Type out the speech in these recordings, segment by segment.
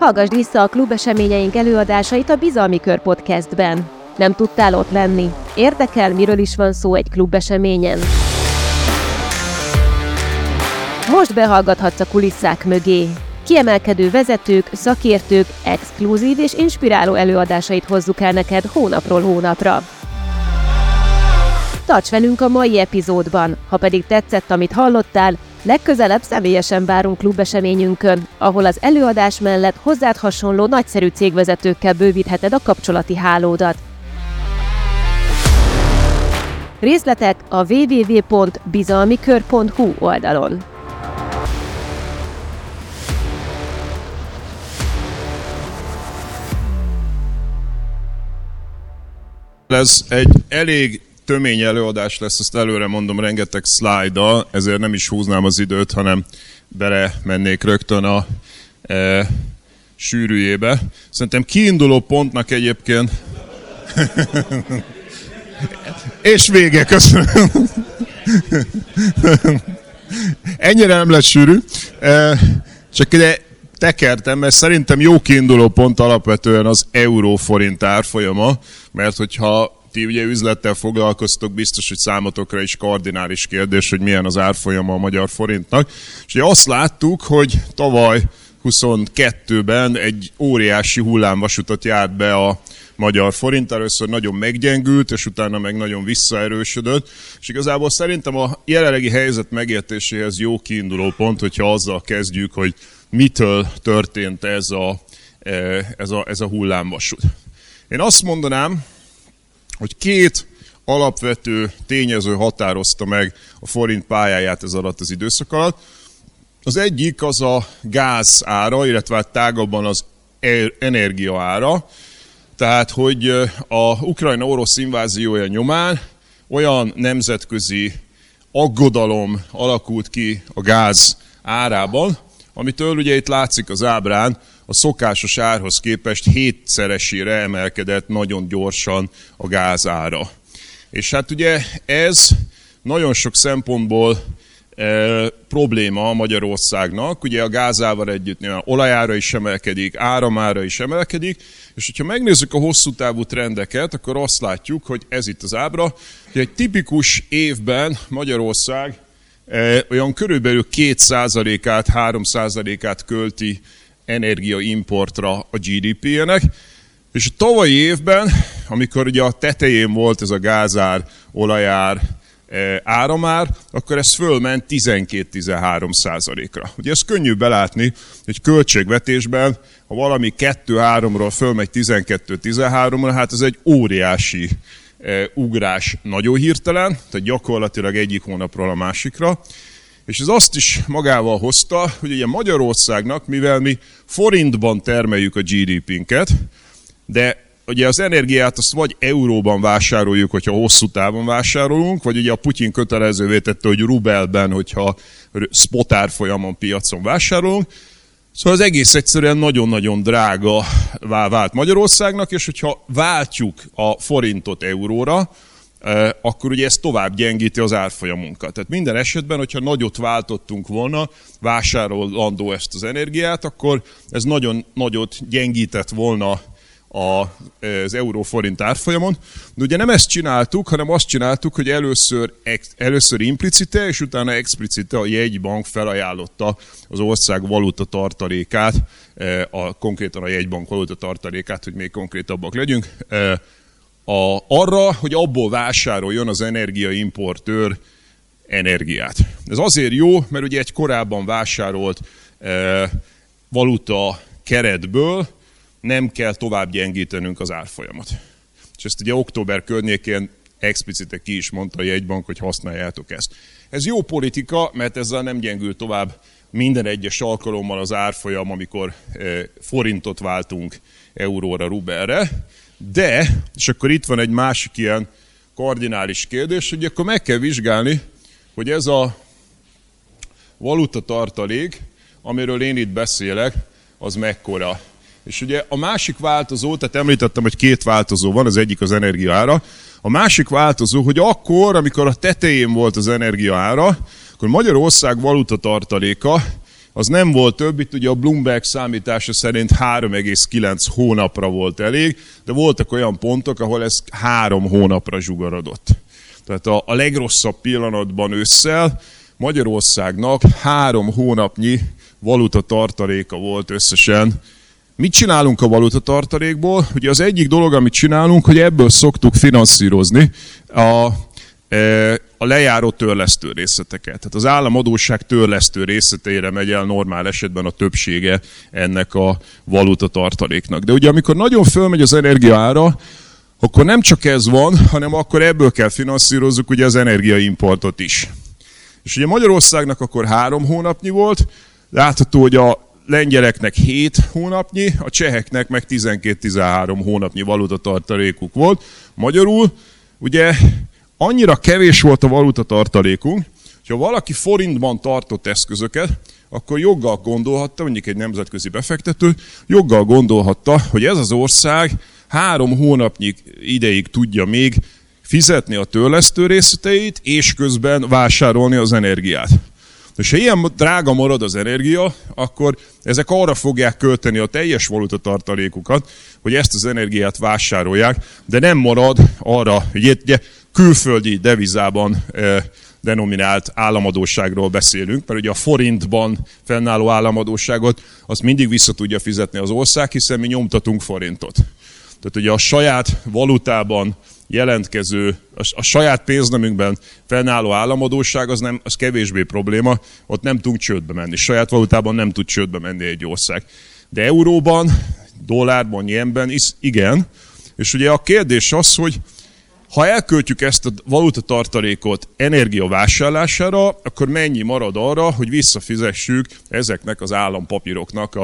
Hallgasd vissza a klubeseményeink előadásait a Bizalmi Kör podcastben. Nem tudtál ott lenni? Érdekel, miről is van szó egy klubeseményen? Most behallgathatsz a kulisszák mögé. Kiemelkedő vezetők, szakértők, exkluzív és inspiráló előadásait hozzuk el neked hónapról hónapra. Tarts velünk a mai epizódban, ha pedig tetszett, amit hallottál, legközelebb személyesen várunk klubeseményünkön, ahol az előadás mellett hozzád hasonló nagyszerű cégvezetőkkel bővítheted a kapcsolati hálódat. Részletek a www.bizalmikör.hu oldalon. Ez egy elég tömény előadás lesz, azt előre mondom, rengeteg szlájddal, ezért nem is húznám az időt, hanem bele mennék rögtön a sűrűjébe. Szerintem kiinduló pontnak egyébként... És vége, köszönöm. Ennyire nem lett sűrű. Csak ide tekertem, mert szerintem jó kiinduló pont alapvetően az euró-forint árfolyama, mert hogyha ti ugye üzlettel foglalkoztok, biztos, hogy számotokra is kardinális kérdés, hogy milyen az árfolyama a magyar forintnak. És ugye azt láttuk, hogy tavaly 22-ben egy óriási hullámvasutat járt be a magyar forint, először nagyon meggyengült, és utána meg nagyon visszaerősödött. És igazából szerintem a jelenlegi helyzet megértéséhez jó kiinduló pont, hogyha azzal kezdjük, hogy mitől történt ez a hullámvasút. Én azt mondanám, hogy két alapvető tényező határozta meg a forint pályáját ez alatt az időszak alatt. Az egyik az a gáz ára, illetve tágabban az energia ára. Tehát, hogy a Ukrajna-orosz inváziója nyomán olyan nemzetközi aggodalom alakult ki a gáz árában, amitől ugye itt látszik az ábrán, a szokásos árhoz képest 7-szeresére emelkedett nagyon gyorsan a gáz ára. És hát ugye ez nagyon sok szempontból probléma Magyarországnak, ugye a gázával együtt olajára is emelkedik, áramára is emelkedik, és hogyha megnézzük a hosszú távú trendeket, akkor azt látjuk, hogy ez itt az ábra, hogy egy tipikus évben Magyarország olyan körülbelül 2%-át, 3%-át költi energiaimportra a GDP-nek, és a tavalyi évben, amikor ugye a tetején volt ez a gázár, olajár, áramár, akkor ez fölment 12-13%-ra. Ugye ez könnyű belátni, hogy költségvetésben, ha valami 2-3-ról fölmegy 12-13-ra, hát ez egy óriási ugrás nagyon hirtelen, tehát gyakorlatilag egyik hónapról a másikra. És ez azt is magával hozta, hogy ugye Magyarországnak, mivel mi forintban termeljük a GDP-nket, de ugye az energiát azt vagy euróban vásároljuk, hogyha hosszú távon vásárolunk, vagy ugye a Putyin kötelezővé tette, hogy rubelben, hogyha spot árfolyamon piacon vásárolunk. Szóval az egész egyszerűen nagyon-nagyon drága vált Magyarországnak, és hogyha váltjuk a forintot euróra, akkor ugye ez tovább gyengíti az árfolyamunkat. Tehát minden esetben, hogyha nagyot váltottunk volna, vásárolandó ezt az energiát, akkor ez nagyon nagyot gyengített volna az euró-forint árfolyamon. De ugye nem ezt csináltuk, hanem azt csináltuk, hogy először implicite, és utána explicite a jegybank felajánlotta az ország valuta tartalékát, konkrétan a jegybank valuta tartalékát, hogy még konkrétabbak legyünk, arra, hogy abból vásároljon az energiaimportőr energiát. Ez azért jó, mert ugye egy korábban vásárolt valuta keretből nem kell tovább gyengítenünk az árfolyamot. És ezt ugye október környékén explicite ki is mondta a jegybank, hogy használjátok ezt. Ez jó politika, mert ezzel nem gyengül tovább minden egyes alkalommal az árfolyam, amikor forintot váltunk euróra, rubelre. De, és akkor itt van egy másik ilyen kardinális kérdés, hogy akkor meg kell vizsgálni, hogy ez a valuta tartalék, amiről én itt beszélek, az mekkora. És ugye a másik változó, tehát említettem, hogy két változó van, az egyik az energiaára. A másik változó, hogy akkor, amikor a tetején volt az energiaára, akkor Magyarország valuta tartaléka az nem volt több, itt ugye a Bloomberg számítása szerint 3,9 hónapra volt elég, de voltak olyan pontok, ahol ez 3 hónapra zsugarodott. Tehát a legrosszabb pillanatban ősszel Magyarországnak 3 hónapnyi valutatartaléka volt összesen. Mit csinálunk a valutatartalékból? Ugye az egyik dolog, amit csinálunk, hogy ebből szoktuk finanszírozni a lejáró törlesztő részleteket. Tehát az államadósság törlesztő részleteire megy el normál esetben a többsége ennek a valutatartaléknak. De ugye amikor nagyon fölmegy az energia ára, akkor nem csak ez van, hanem akkor ebből kell finanszírozzuk ugye az energiaimportot is. És ugye Magyarországnak akkor 3 hónapnyi volt, látható, hogy a lengyeleknek 7 hónapnyi, a cseheknek meg 12-13 hónapnyi valutatartalékuk volt. Magyarul ugye annyira kevés volt a valutatartalékunk, hogyha valaki forintban tartott eszközöket, akkor joggal gondolhatta, mondjuk egy nemzetközi befektető, joggal gondolhatta, hogy ez az ország 3 hónapnyi ideig tudja még fizetni a törlesztő részleteit, és közben vásárolni az energiát. És ha ilyen drága marad az energia, akkor ezek arra fogják költeni a teljes valutatartalékukat, hogy ezt az energiát vásárolják, de nem marad arra, hogy ugye külföldi devizában denominált államadósságról beszélünk, mert ugye a forintban fennálló államadósságot azt mindig vissza tudja fizetni az ország, hiszen mi nyomtatunk forintot. Tehát ugye a saját valutában jelentkező, a saját pénznemünkben fennálló államadósság az kevésbé probléma, ott nem tudunk csődbe menni. Saját valutában nem tud csődbe menni egy ország. De euróban, dollárban, jenben is igen. És ugye a kérdés az, hogy ha elköltjük ezt a valutatartalékot energia vásárlására, akkor mennyi marad arra, hogy visszafizessük ezeknek az állampapíroknak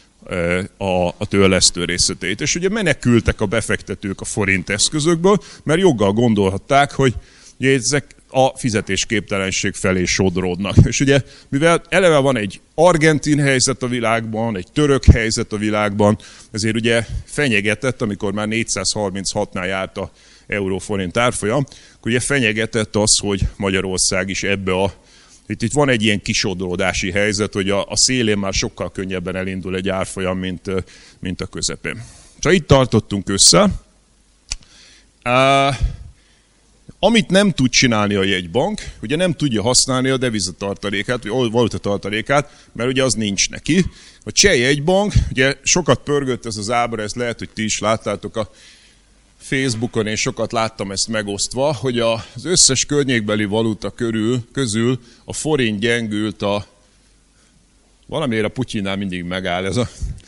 a törlesztő részleteit. És ugye menekültek a befektetők a forint eszközökből, mert joggal gondolhatták, hogy ugye ezek a fizetésképtelenség felé sodródnak. És ugye, mivel eleve van egy argentin helyzet a világban, egy török helyzet a világban, ezért ugye fenyegetett, amikor már 436-nál járt a euró-forint árfolyam, akkor ugye fenyegetett az, hogy Magyarország is ebbe itt van egy ilyen kisodródási helyzet, hogy a szélén már sokkal könnyebben elindul egy árfolyam, mint a közepén. Csak itt tartottunk össze. Amit nem tud csinálni a jegybank, ugye nem tudja használni a devizatartalékát, vagy valutatartalékát, mert ugye az nincs neki. A cseh jegybank, ugye sokat pörgött ez az ábra, ezt lehet, hogy ti is láttátok a Facebookon, én sokat láttam ezt megosztva, hogy az összes környékbeli valuta közül a forint gyengült valamiért a Putyinnál mindig megáll ez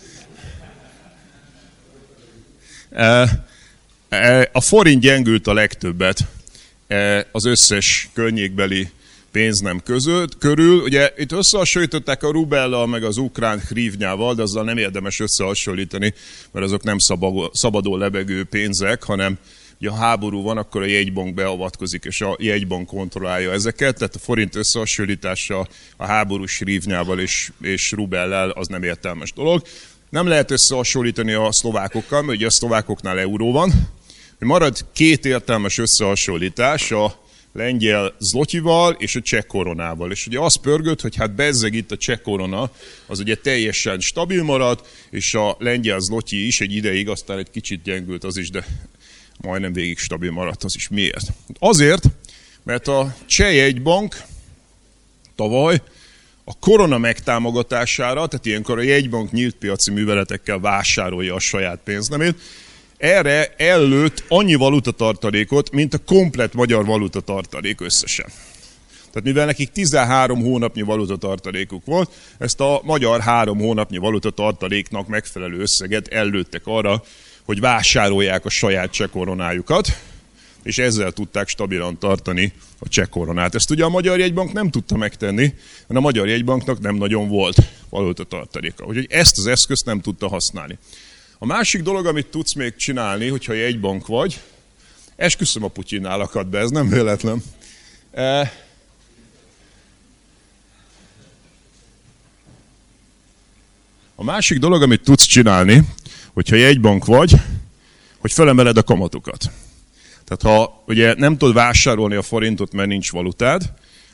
a forint gyengült a legtöbbet az összes környékbeli pénznem körül. Ugye itt összehasonlították a rubellal, meg az ukrán hrivnyával, de azzal nem érdemes összehasonlítani, mert azok nem szabadon lebegő pénzek, hanem ugye, ha háború van, akkor a jegybank beavatkozik, és a jegybank kontrollálja ezeket, tehát a forint összehasonlítása a háborús hrivnyával és rubellel az nem értelmes dolog. Nem lehet összehasonlítani a szlovákokkal, mert ugye a szlovákoknál euró van. Marad 2 értelmes összehasonlítás, a lengyel zlotyival és a cseh koronával. És ugye az pörgött, hogy hát bezzeg itt a cseh korona, az ugye teljesen stabil maradt, és a lengyel zlotyi is egy ideig, aztán egy kicsit gyengült az is, de majdnem végig stabil maradt az is. Miért? Azért, mert a cseh jegybank tavaly a korona megtámogatására, tehát ilyenkor a jegybank nyílt piaci műveletekkel vásárolja a saját pénznemét, erre ellőtt annyi valutatartalékot, mint a komplett magyar valutatartalék összesen. Tehát mivel nekik 13 hónapnyi valutatartalékuk volt, ezt a magyar 3 hónapnyi valutatartaléknak megfelelő összeget ellőttek arra, hogy vásárolják a saját cseh koronájukat, és ezzel tudták stabilan tartani a cseh koronát. Ezt ugye a Magyar Jegybank nem tudta megtenni, mert a Magyar Jegybanknak nem nagyon volt valutatartaléka. Úgyhogy ezt az eszközt nem tudta használni. A másik dolog, amit tudsz még csinálni, hogyha jegybank vagy, esküszöm a Putyinnál akad be, ez nem véletlen. A másik dolog, amit tudsz csinálni, hogyha jegybank vagy, hogy felemeled a kamatokat. Tehát ha ugye nem tudod vásárolni a forintot, mert nincs valutád,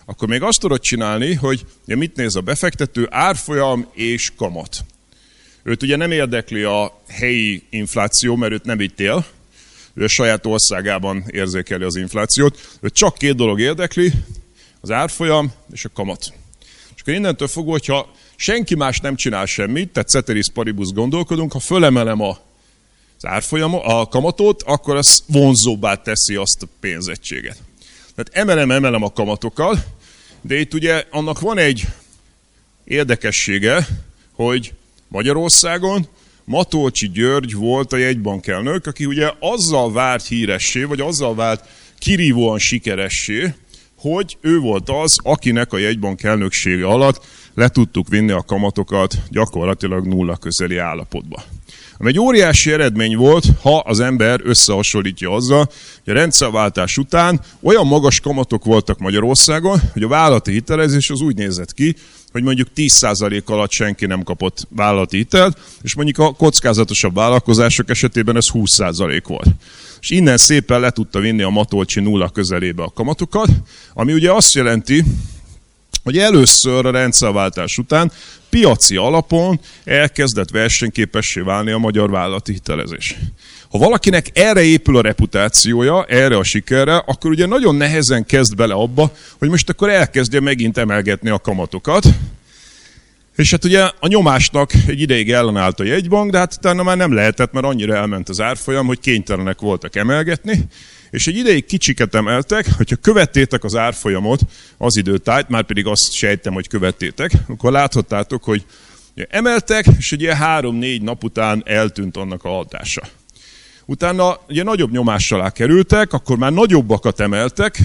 akkor még azt tudod csinálni, hogy mit néz a befektető, árfolyam és kamat. Őt ugye nem érdekli a helyi infláció, mert őt nem itt él, ő a saját országában érzékeli az inflációt, őt csak két dolog érdekli, az árfolyam és a kamat. És akkor innentől fogva, hogyha senki más nem csinál semmit, tehát ceteris paribus gondolkodunk, ha fölemelem az árfolyam, a kamatot, akkor az vonzóbbá teszi azt a pénzegységet. Tehát emelem a kamatokkal, de itt ugye annak van egy érdekessége, hogy Magyarországon Matolcsy György volt a jegybankelnök, aki ugye azzal vált híressé, vagy azzal vált kirívóan sikeressé, hogy ő volt az, akinek a jegybank elnöksége alatt le tudtuk vinni a kamatokat gyakorlatilag nulla közeli állapotba. Ami egy óriási eredmény volt, ha az ember összehasonlítja azzal, hogy a rendszerváltás után olyan magas kamatok voltak Magyarországon, hogy a vállalati hitelezés az úgy nézett ki, hogy mondjuk 10% alatt senki nem kapott vállalati hitelt, és mondjuk a kockázatosabb vállalkozások esetében ez 20% volt. És innen szépen le tudta vinni a Matolcsy nulla közelébe a kamatokat, ami ugye azt jelenti, hogy először a rendszerváltás után piaci alapon elkezdett versenyképessé válni a magyar vállalati hitelezés. Ha valakinek erre épül a reputációja, erre a sikerre, akkor ugye nagyon nehezen kezd bele abba, hogy most akkor elkezdje megint emelgetni a kamatokat. És hát ugye a nyomásnak egy ideig ellenállt a jegybank, de hát utána már nem lehetett, mert annyira elment az árfolyam, hogy kénytelenek voltak emelgetni. És egy ideig kicsiket emeltek, hogyha követtétek az árfolyamot, az időtájt, már pedig azt sejtem, hogy követtétek, akkor láthattátok, hogy emeltek, és ugye 3-4 nap után eltűnt annak a hatása. Utána ugye nagyobb nyomás alá kerültek, akkor már nagyobbakat emeltek,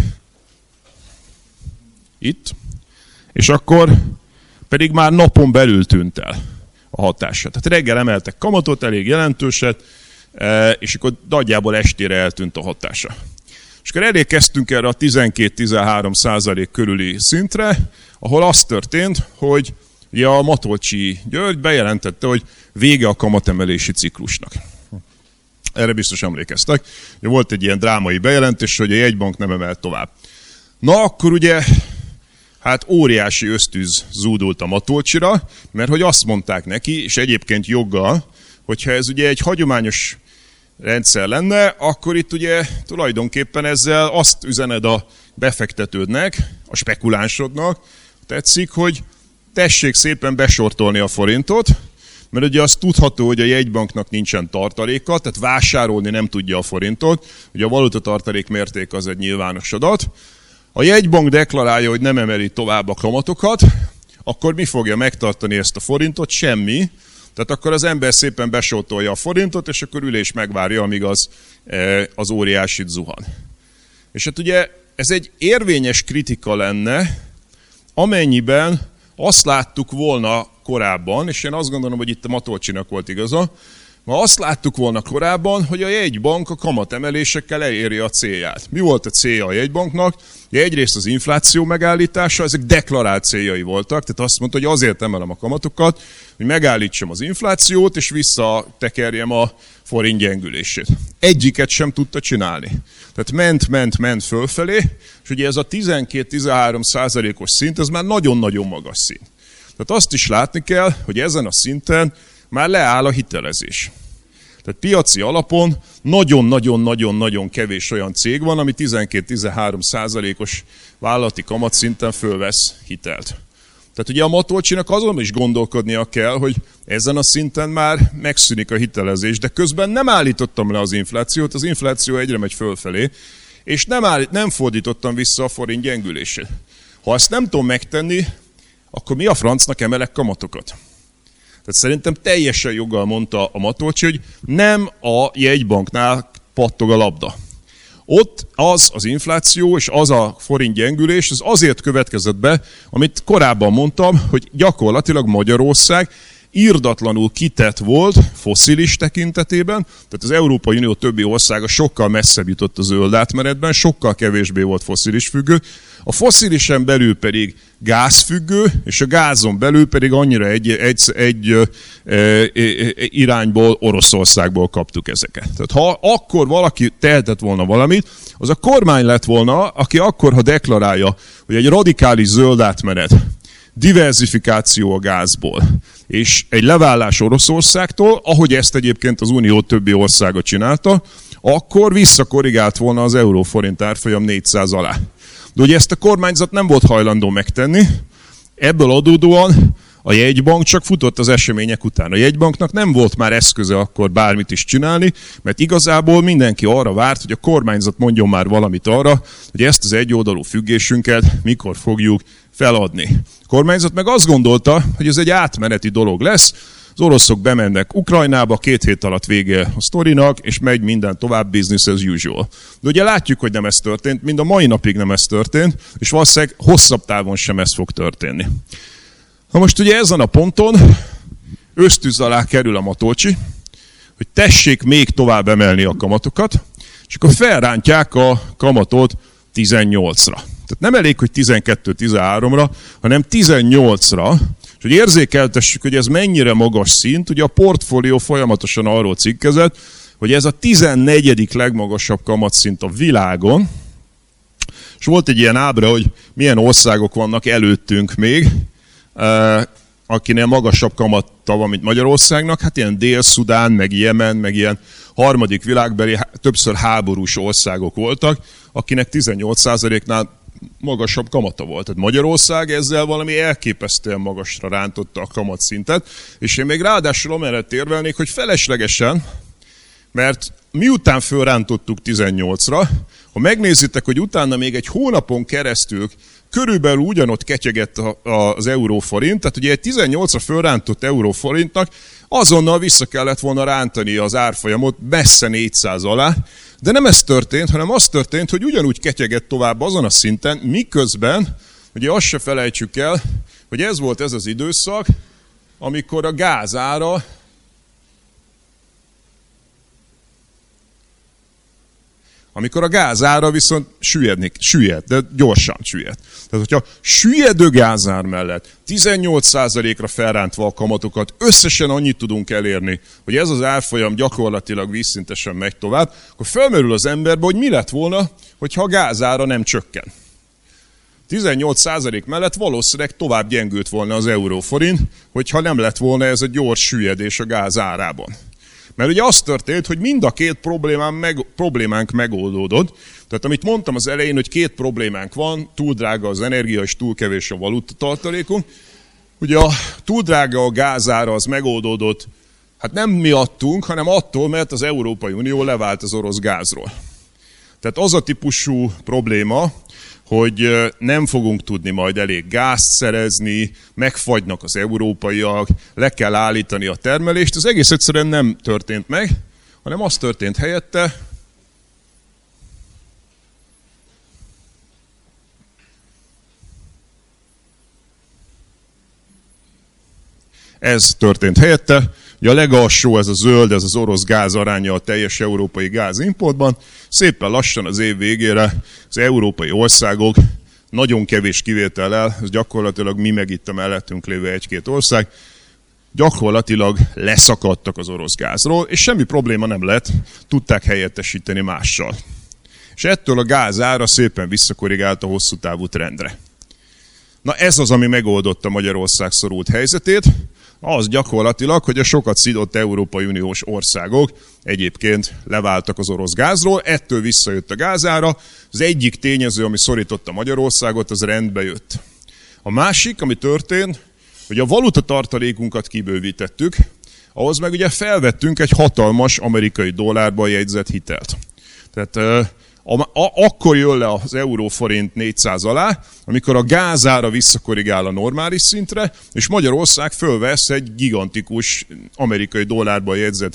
itt, és akkor pedig már napon belül tűnt el a hatása. Tehát reggel emeltek kamatot, elég jelentőset, és akkor nagyjából estére eltűnt a hatása. És akkor elérkeztünk erre a 12-13% körüli szintre, ahol az történt, hogy ugye a Matolcsy György bejelentette, hogy vége a kamatemelési ciklusnak. Erre biztos emlékeztek. Volt egy ilyen drámai bejelentés, hogy a jegybank nem emel tovább. Na akkor ugye, hát óriási ösztűz zúdult a Matolcsyra, mert hogy azt mondták neki, és egyébként joggal, hogyha ez ugye egy hagyományos rendszer lenne, akkor itt ugye tulajdonképpen ezzel azt üzened a befektetődnek, a spekulánsodnak, tetszik, hogy tessék szépen besortolni a forintot, mert ugye az tudható, hogy a jegybanknak nincsen tartaléka, tehát vásárolni nem tudja a forintot, ugye a valutatartalék mérték az egy nyilvános adat. A jegybank deklarálja, hogy nem emeli tovább a kamatokat, akkor mi fogja megtartani ezt a forintot? Semmi. Tehát akkor az ember szépen besortolja a forintot, és akkor ül és megvárja, amíg az óriásit zuhan. És hát ugye ez egy érvényes kritika lenne, amennyiben azt láttuk volna korábban, és én azt gondolom, hogy itt a Matolcsynak volt igaza, ma azt láttuk volna korábban, hogy a jegybank a kamatemelésekkel eléri a célját. Mi volt a célja a jegybanknak? Egyrészt az infláció megállítása, ezek deklarált céljai voltak, tehát azt mondta, hogy azért emelem a kamatokat, hogy megállítsam az inflációt, és visszatekerjem a forint gyengülését. Egyiket sem tudta csinálni. Tehát ment fölfelé, és ugye ez a 12-13%-os szint, ez már nagyon-nagyon magas szint. Tehát azt is látni kell, hogy ezen a szinten már leáll a hitelezés. Tehát piaci alapon nagyon-nagyon-nagyon-nagyon kevés olyan cég van, ami 12-13%-os vállalati kamatszinten fölvesz hitelt. Tehát ugye a Matolcsynak azon is gondolkodnia kell, hogy ezen a szinten már megszűnik a hitelezés, de közben nem állítottam le az inflációt, az infláció egyre megy fölfelé, és nem fordítottam vissza a forint gyengülését. Ha ezt nem tudom megtenni, akkor mi a francnak emelek kamatokat? Tehát szerintem teljesen joggal mondta a Matolcsy, hogy nem a jegybanknál pattog a labda. Ott az infláció és az a forint gyengülés, az azért következett be, amit korábban mondtam, hogy gyakorlatilag Magyarország irdatlanul kitett volt fosszilis tekintetében, tehát az Európai Unió többi országa sokkal messzebb jutott a zöld átmenetben, sokkal kevésbé volt fosszilis függő, a fosszilisen belül pedig gázfüggő, és a gázon belül pedig annyira egy irányból, Oroszországból kaptuk ezeket. Tehát ha akkor valaki tehetett volna valamit, az a kormány lett volna, aki akkor, ha deklarálja, hogy egy radikális zöld átmenet, diverzifikáció a gázból, és egy levállás Oroszországtól, ahogy ezt egyébként az Unió többi országa csinálta, akkor visszakorrigált volna az euró-forint árfolyam 400 alá. De ugye ezt a kormányzat nem volt hajlandó megtenni, ebből adódóan a jegybank csak futott az események után. A jegybanknak nem volt már eszköze akkor bármit is csinálni, mert igazából mindenki arra várt, hogy a kormányzat mondjon már valamit arra, hogy ezt az egyoldalú függésünket mikor fogjuk feladni. A kormányzat meg azt gondolta, hogy ez egy átmeneti dolog lesz, az oroszok bemennek Ukrajnába, 2 hét alatt vége a sztorinak, és megy minden tovább, business as usual. De ugye látjuk, hogy nem ez történt, mind a mai napig nem ez történt, és valószínűleg hosszabb távon sem ez fog történni. Na most ugye ezen a ponton ösztűz alá kerül a Matolcsi, hogy tessék még tovább emelni a kamatokat, és akkor felrántják a kamatot 18-ra. Tehát nem elég, hogy 12-13-ra, hanem 18-ra, és hogy érzékeltessük, hogy ez mennyire magas szint, ugye a portfólió folyamatosan arról cikkezett, hogy ez a 14. legmagasabb kamatszint a világon, és volt egy ilyen ábra, hogy milyen országok vannak előttünk még, akinél magasabb kamata van, mint Magyarországnak, hát ilyen Dél-Szudán, meg Jemen, meg ilyen harmadik világbeli, többször háborús országok voltak, akinek 18%-nál magasabb kamata volt. Tehát Magyarország ezzel valami elképesztően magasra rántotta a kamatszintet, és én még ráadásul amellett érvelnék, hogy feleslegesen, mert miután fölrántottuk 18-ra, ha megnézitek, hogy utána még egy hónapon keresztül körülbelül ugyanott ketyegett az euróforint, tehát ugye egy 18-ra fölrántott euróforintnak azonnal vissza kellett volna rántani az árfolyamot messze 400 alá, de nem ez történt, hanem az történt, hogy ugyanúgy ketyegett tovább azon a szinten, miközben, ugye azt se felejtsük el, hogy ez volt ez az időszak, amikor a gázára viszont süllyed, de gyorsan süllyed. Tehát, hogyha süllyedő gázár mellett 18%-ra felrántva a kamatokat összesen annyit tudunk elérni, hogy ez az árfolyam gyakorlatilag vízszintesen megy tovább, akkor felmerül az emberbe, hogy mi lett volna, hogyha a gázára nem csökken. 18% mellett valószínűleg tovább gyengült volna az euróforint, hogyha nem lett volna ez a gyors süllyedés a gáz árában. Mert ugye az történt, hogy mind a két problémánk megoldódott. Tehát amit mondtam az elején, hogy 2 problémánk van, túl drága az energia és túl kevés a valutatartalékunk. Ugye a túl drága a gázára az megoldódott, hát nem miattunk, hanem attól, mert az Európai Unió levált az orosz gázról. Tehát az a típusú probléma, hogy nem fogunk tudni majd elég gázt szerezni, megfagynak az európaiak, le kell állítani a termelést. Ez egész egyszerűen nem történt meg, hanem az történt helyette, hogy a legalsó, ez a zöld, ez az orosz gáz aránya a teljes európai gázimportban. Szépen lassan az év végére az európai országok nagyon kevés kivétellel, ez gyakorlatilag mi meg itt a mellettünk lévő 1-2 ország, gyakorlatilag leszakadtak az orosz gázról, és semmi probléma nem lett, tudták helyettesíteni mással. És ettől a gáz ára szépen visszakorrigált a hosszú távú trendre. Na ez az, ami megoldotta Magyarország szorult helyzetét, az gyakorlatilag, hogy a sokat szidott Európai Uniós országok egyébként leváltak az orosz gázról, ettől visszajött a gázára. Az egyik tényező, ami szorította Magyarországot, az rendbe jött. A másik, ami történt, hogy a valutatartalékunkat kibővítettük, ahhoz meg ugye felvettünk egy hatalmas amerikai dollárban jegyzett hitelt. Tehát akkor jön le az euróforint 400 alá, amikor a gázára visszakorrigál a normális szintre, és Magyarország fölvesz egy gigantikus amerikai dollárban jegyzett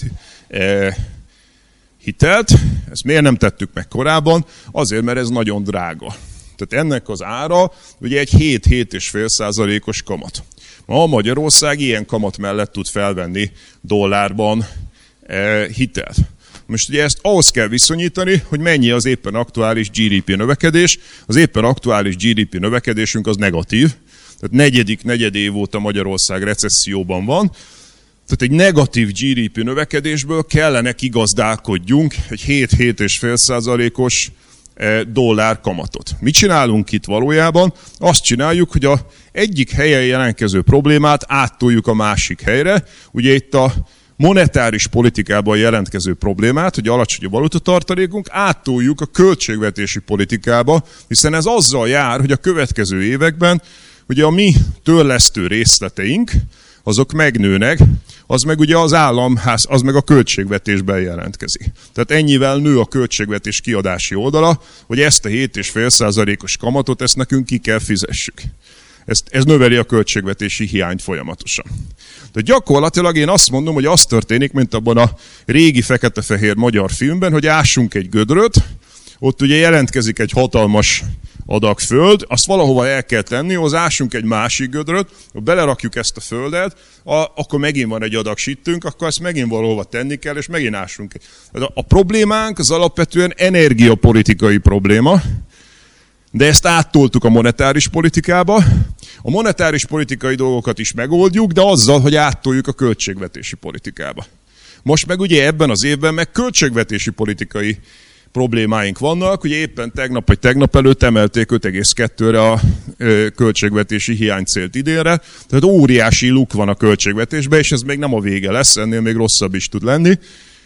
hitelt. Ezt miért nem tettük meg korábban? Azért, mert ez nagyon drága. Tehát ennek az ára ugye egy 7-7,5%-os kamat. Ma Magyarország ilyen kamat mellett tud felvenni dollárban hitelt. Most ugye ezt ahhoz kell viszonyítani, hogy mennyi az éppen aktuális GDP növekedés. Az éppen aktuális GDP növekedésünk az negatív. Tehát negyed év óta Magyarország recesszióban van. Tehát egy negatív GDP növekedésből kellene kigazdálkodjunk egy 7-7,5%-os dollár kamatot. Mit csinálunk itt valójában? Azt csináljuk, hogy az egyik helyen jelentkező problémát áttoljuk a másik helyre. Ugye itt a monetáris politikában jelentkező problémát, hogy alacsony a valutatartalékunk, áttoljuk a költségvetési politikába, hiszen ez azzal jár, hogy a következő években ugye a mi törlesztő részleteink, azok megnőnek, az meg ugye az államház, az meg a költségvetésben jelentkezik. Tehát ennyivel nő a költségvetés kiadási oldala, hogy ezt a 7,5%-os kamatot, ezt nekünk ki kell fizessük. Ez növeli a költségvetési hiányt folyamatosan. De gyakorlatilag én azt mondom, hogy az történik, mint abban a régi fekete-fehér magyar filmben, hogy ássunk egy gödröt, ott ugye jelentkezik egy hatalmas adag föld, azt valahova el kell tenni, az ásunk egy másik gödröt, belerakjuk ezt a földet, akkor megint van egy adag sittünk, akkor ezt megint valahova tenni kell, és megint ásunk. A problémánk az alapvetően energiapolitikai probléma, de ezt áttoltuk a monetáris politikába. A monetáris politikai dolgokat is megoldjuk, de azzal, hogy áttoljuk a költségvetési politikába. Most meg ugye ebben az évben meg költségvetési politikai problémáink vannak, ugye éppen tegnap előtt emelték 5,2-re a költségvetési hiánycélt idénre, tehát óriási luk van a költségvetésben, és ez még nem a vége lesz, ennél még rosszabb is tud lenni.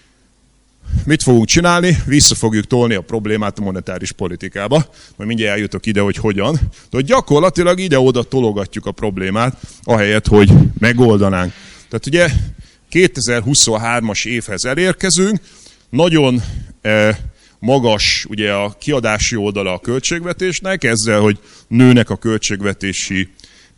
Mit fogunk csinálni? Vissza fogjuk tolni a problémát a monetáris politikába, majd mindjárt eljutok ide, hogy hogyan. De gyakorlatilag ide-oda tologatjuk a problémát, ahelyett, hogy megoldanánk. Tehát ugye 2023-as évhez elérkezünk, nagyon magas ugye a kiadási oldala a költségvetésnek, ezzel, hogy nőnek a költségvetési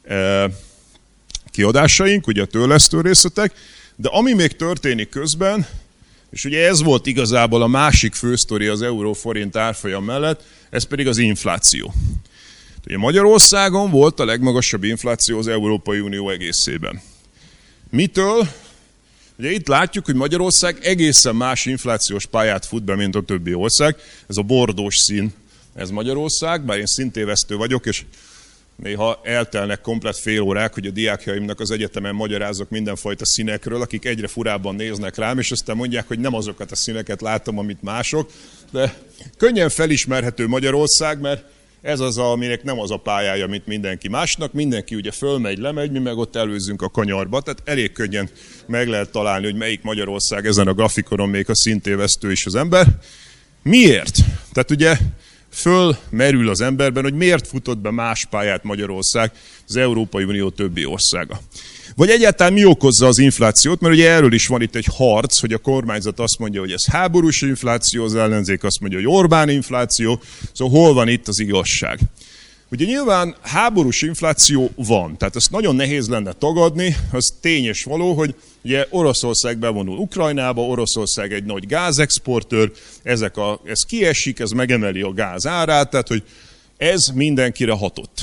kiadásaink, ugye a törlesztő részletek, de ami még történik közben, és ugye ez volt igazából a másik fősztori az euró-forint árfolyam mellett, ez pedig az infláció. Ugye Magyarországon volt a legmagasabb infláció az Európai Unió egészében. Mitől? Ugye itt látjuk, hogy Magyarország egészen más inflációs pályát fut be, mint a többi ország. Ez a bordós szín, ez Magyarország, bár én szintévesztő vagyok, és néha eltelnek komplett fél órák, hogy a diákjaimnak az egyetemen magyarázok mindenfajta színekről, akik egyre furábban néznek rám, és aztán mondják, hogy nem azokat a színeket látom, amit mások. De könnyen felismerhető Magyarország, mert ez az, aminek nem az a pályája, mint mindenki másnak. Mindenki ugye fölmegy, lemegy, mi meg ott előzzünk a kanyarba. Tehát elég könnyen meg lehet találni, hogy melyik Magyarország ezen a grafikonon, még a szintévesztő is az ember. Miért? Tehát ugye fölmerül az emberben, hogy miért futott be más pályát Magyarország az Európai Unió többi országa. Vagy egyáltalán mi okozza az inflációt, mert ugye erről is van itt egy harc, hogy a kormányzat azt mondja, hogy ez háborús infláció, az ellenzék azt mondja, hogy Orbán infláció, szóval hol van itt az igazság? Ugye nyilván háborús infláció van, tehát ezt nagyon nehéz lenne tagadni, az tény és való, hogy ugye Oroszország bevonul Ukrajnába, Oroszország egy nagy gázexportőr, ez kiesik, ez megemeli a gáz árát, tehát hogy ez mindenkire hatott.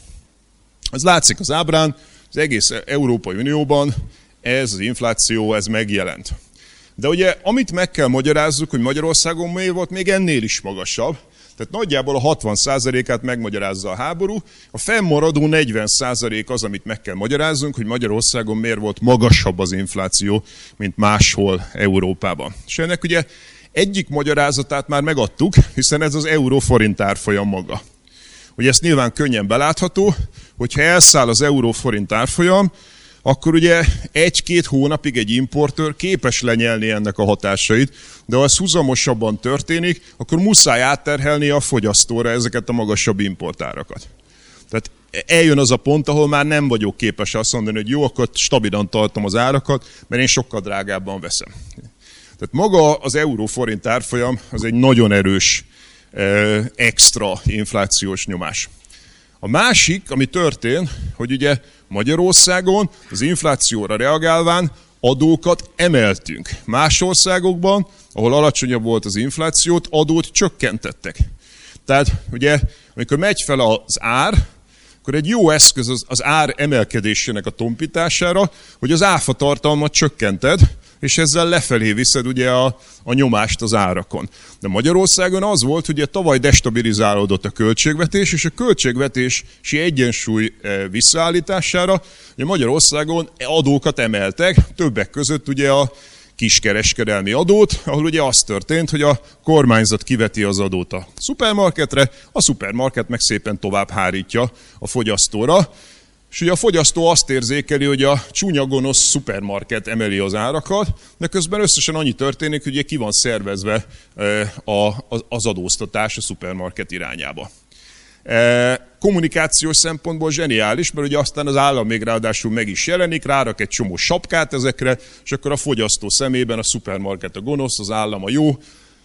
Ez látszik az ábrán, az egész Európai Unióban ez az infláció, ez megjelent. De ugye amit meg kell magyarázzuk, hogy Magyarországon miért volt még ennél is magasabb, tehát nagyjából a 60%-át megmagyarázza a háború, a fennmaradó 40% az, amit meg kell magyarázzunk, hogy Magyarországon miért volt magasabb az infláció, mint máshol Európában. És ennek ugye egyik magyarázatát már megadtuk, hiszen ez az euró-forint árfolyam maga. Ugye ezt nyilván könnyen belátható, hogyha elszáll az euró-forint árfolyam, akkor ugye 1-2 hónapig egy importőr képes lenyelni ennek a hatásait, de ha ez húzamosabban történik, akkor muszáj átterhelni a fogyasztóra ezeket a magasabb importárakat. Tehát eljön az a pont, ahol már nem vagyok képes azt mondani, hogy jó, akkor stabilan tartom az árakat, mert én sokkal drágábban veszem. Tehát maga az euró-forint árfolyam az egy nagyon erős extra inflációs nyomás. A másik, ami történt, hogy ugye Magyarországon az inflációra reagálván adókat emeltünk. Más országokban, ahol alacsonyabb volt az inflációt, adót csökkentettek. Tehát ugye, amikor megy fel az ár, akkor egy jó eszköz az ár emelkedésének a tompítására, hogy az áfa tartalmat csökkented, és ezzel lefelé viszed ugye a nyomást az árakon. De Magyarországon az volt, hogy tavaly destabilizálódott a költségvetés, és a költségvetési egyensúly visszaállítására ugye Magyarországon adókat emeltek, többek között ugye a kiskereskedelmi adót, ahol ugye az történt, hogy a kormányzat kiveti az adót a szupermarketre, a szupermarket meg szépen tovább hárítja a fogyasztóra, és ugye a fogyasztó azt érzékeli, hogy a csúnya gonosz szupermarket emeli az árakat, de közben összesen annyi történik, hogy ugye ki van szervezve az adóztatás a szupermarket irányába. Kommunikációs szempontból zseniális, mert ugye aztán az állam még ráadásul meg is jelenik, rárak egy csomó sapkát ezekre, és akkor a fogyasztó szemében a szupermarket a gonosz, az állam a jó.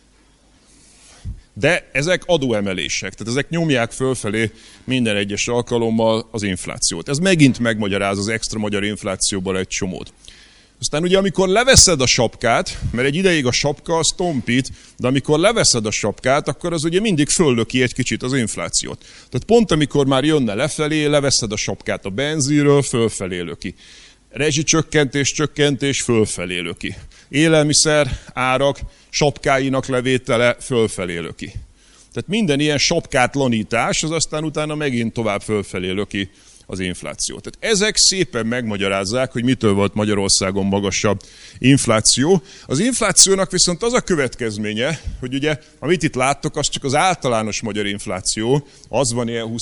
De ezek adóemelések, tehát ezek nyomják fölfelé minden egyes alkalommal az inflációt. Ez megint megmagyaráz az extra magyar inflációból egy csomót. Aztán ugye amikor leveszed a sapkát, mert egy ideig a sapka az tompít, de amikor leveszed a sapkát, akkor az ugye mindig föllöki egy kicsit az inflációt. Tehát pont amikor már jönne lefelé, leveszed a sapkát a benzinről, fölfelé löki. Rezsicsökkentés, fölfelé löki. Élelmiszer árak sapkáinak levétele fölfelé löki. Tehát minden ilyen sapkátlanítás, az aztán utána megint tovább fölfelé löki az infláció. Tehát ezek szépen megmagyarázzák, hogy mitől volt Magyarországon magasabb infláció. Az inflációnak viszont az a következménye, hogy ugye, amit itt láttok, az csak az általános magyar infláció, az van ilyen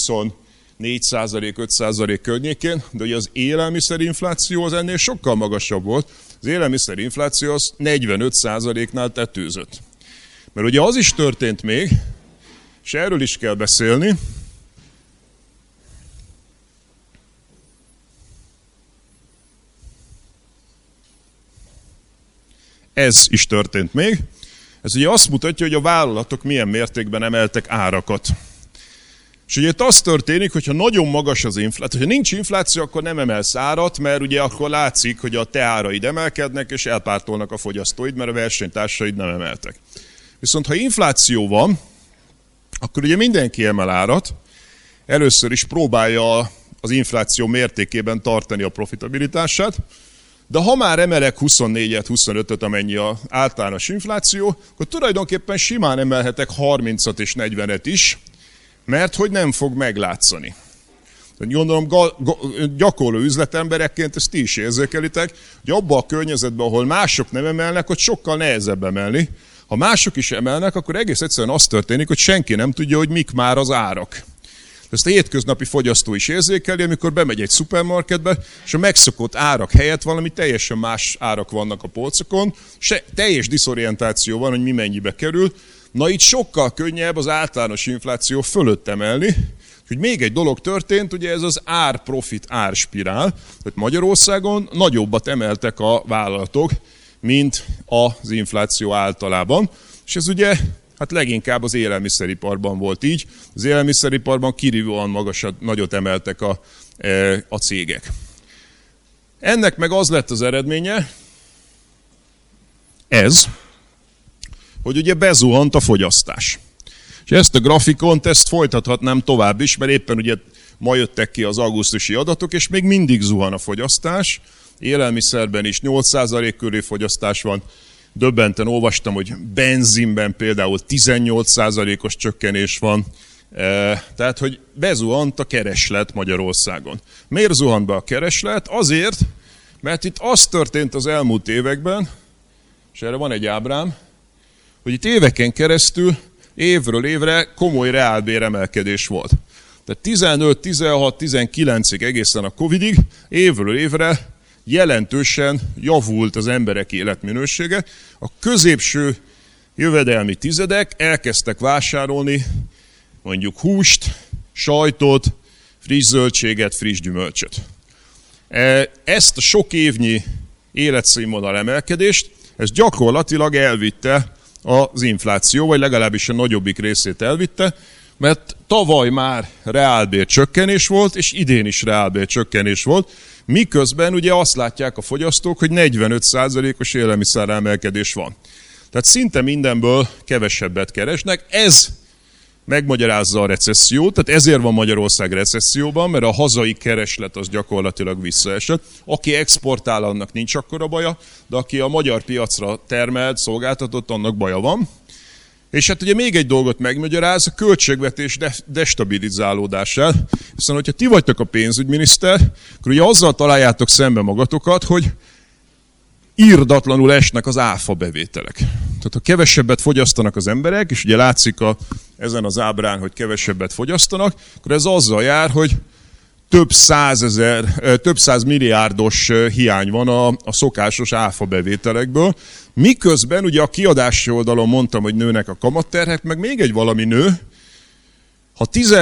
4%-5% környékén, de ugye az élelmiszerinfláció az ennél sokkal magasabb volt. Az élelmiszerinfláció az 45%-nál tetőzött. Mert ugye az is történt még, és erről is kell beszélni, ez is történt még. Ez ugye azt mutatja, hogy a vállalatok milyen mértékben emeltek árakat. És ugye itt az történik, hogyha nagyon magas az infláció, hogyha nincs infláció, akkor nem emelsz árat, mert ugye akkor látszik, hogy a te áraid emelkednek, és elpártolnak a fogyasztóid, mert a versenytársaid nem emeltek. Viszont ha infláció van, akkor ugye mindenki emel árat, először is próbálja az infláció mértékében tartani a profitabilitását, de ha már emelek 24-et, 25-öt, amennyi az általános infláció, akkor tulajdonképpen simán emelhetek 30-at és 40-et is, mert hogy nem fog meglátszani. Gondolom, gyakorló üzletemberekként ezt ti is érzékelitek, hogy abban a környezetben, ahol mások nem emelnek, ott sokkal nehezebb emelni. Ha mások is emelnek, akkor egész egyszerűen az történik, hogy senki nem tudja, hogy mik már az árak. Ezt a hétköznapi fogyasztó is érzékeli, amikor bemegy egy szupermarketbe, és a megszokott árak helyett valami teljesen más árak vannak a polcokon, teljes diszorientáció van, hogy mi mennyibe kerül. Na itt sokkal könnyebb az általános infláció fölött emelni, hogy még egy dolog történt, ugye ez az ár-profit árspirál, hogy Magyarországon nagyobbat emeltek a vállalatok, mint az infláció általában, és ez ugye hát leginkább az élelmiszeriparban volt így. Az élelmiszeriparban kirívóan nagyot emeltek a cégek. Ennek meg az lett az eredménye, hogy ugye bezuhant a fogyasztás. És ezt a grafikont, ezt folytathatnám tovább is, mert éppen ugye ma jöttek ki az augusztusi adatok, és még mindig zuhan a fogyasztás. Élelmiszerben is 8% körüli fogyasztás van. Döbbenten olvastam, hogy benzinben például 18%-os csökkenés van. Tehát, hogy bezuhant a kereslet Magyarországon. Miért zuhant be a kereslet? Azért, mert itt az történt az elmúlt években, és erre van egy ábrám, hogy itt éveken keresztül, évről évre komoly reálbéremelkedés volt. Tehát 15, 16, 19-ig egészen a Covidig, évről évre jelentősen javult az emberek életminősége. A középső jövedelmi tizedek elkezdtek vásárolni mondjuk húst, sajtot, friss zöldséget, friss gyümölcsöt. Ezt a sok évnyi életszínvonal emelkedést, ez gyakorlatilag elvitte az infláció, vagy legalábbis a nagyobbik részét elvitte, mert tavaly már reálbér csökkenés volt, és idén is reálbér csökkenés volt, miközben ugye azt látják a fogyasztók, hogy 45%-os élelmiszeremelkedés van. Tehát szinte mindenből kevesebbet keresnek. Ez megmagyarázza a recessziót, tehát ezért van Magyarország recesszióban, mert a hazai kereslet az gyakorlatilag visszaesett. Aki exportál, annak nincs akkora baja, de aki a magyar piacra termelt, szolgáltatott, annak baja van. És hát ugye még egy dolgot megmagyaráz, a költségvetés destabilizálódását. Hiszen, hogyha ti vagytok a pénzügyminiszter, akkor ugye azzal találjátok szembe magatokat, hogy irdatlanul esnek az áfa bevételek. Tehát ha kevesebbet fogyasztanak az emberek, és ugye látszik ezen az ábrán, hogy kevesebbet fogyasztanak, akkor ez azzal jár, hogy több száz milliárdos hiány van a szokásos áfa bevételekből, miközben ugye a kiadási oldalon mondtam, hogy nőnek a kamatterhek, meg még egy valami nő, ha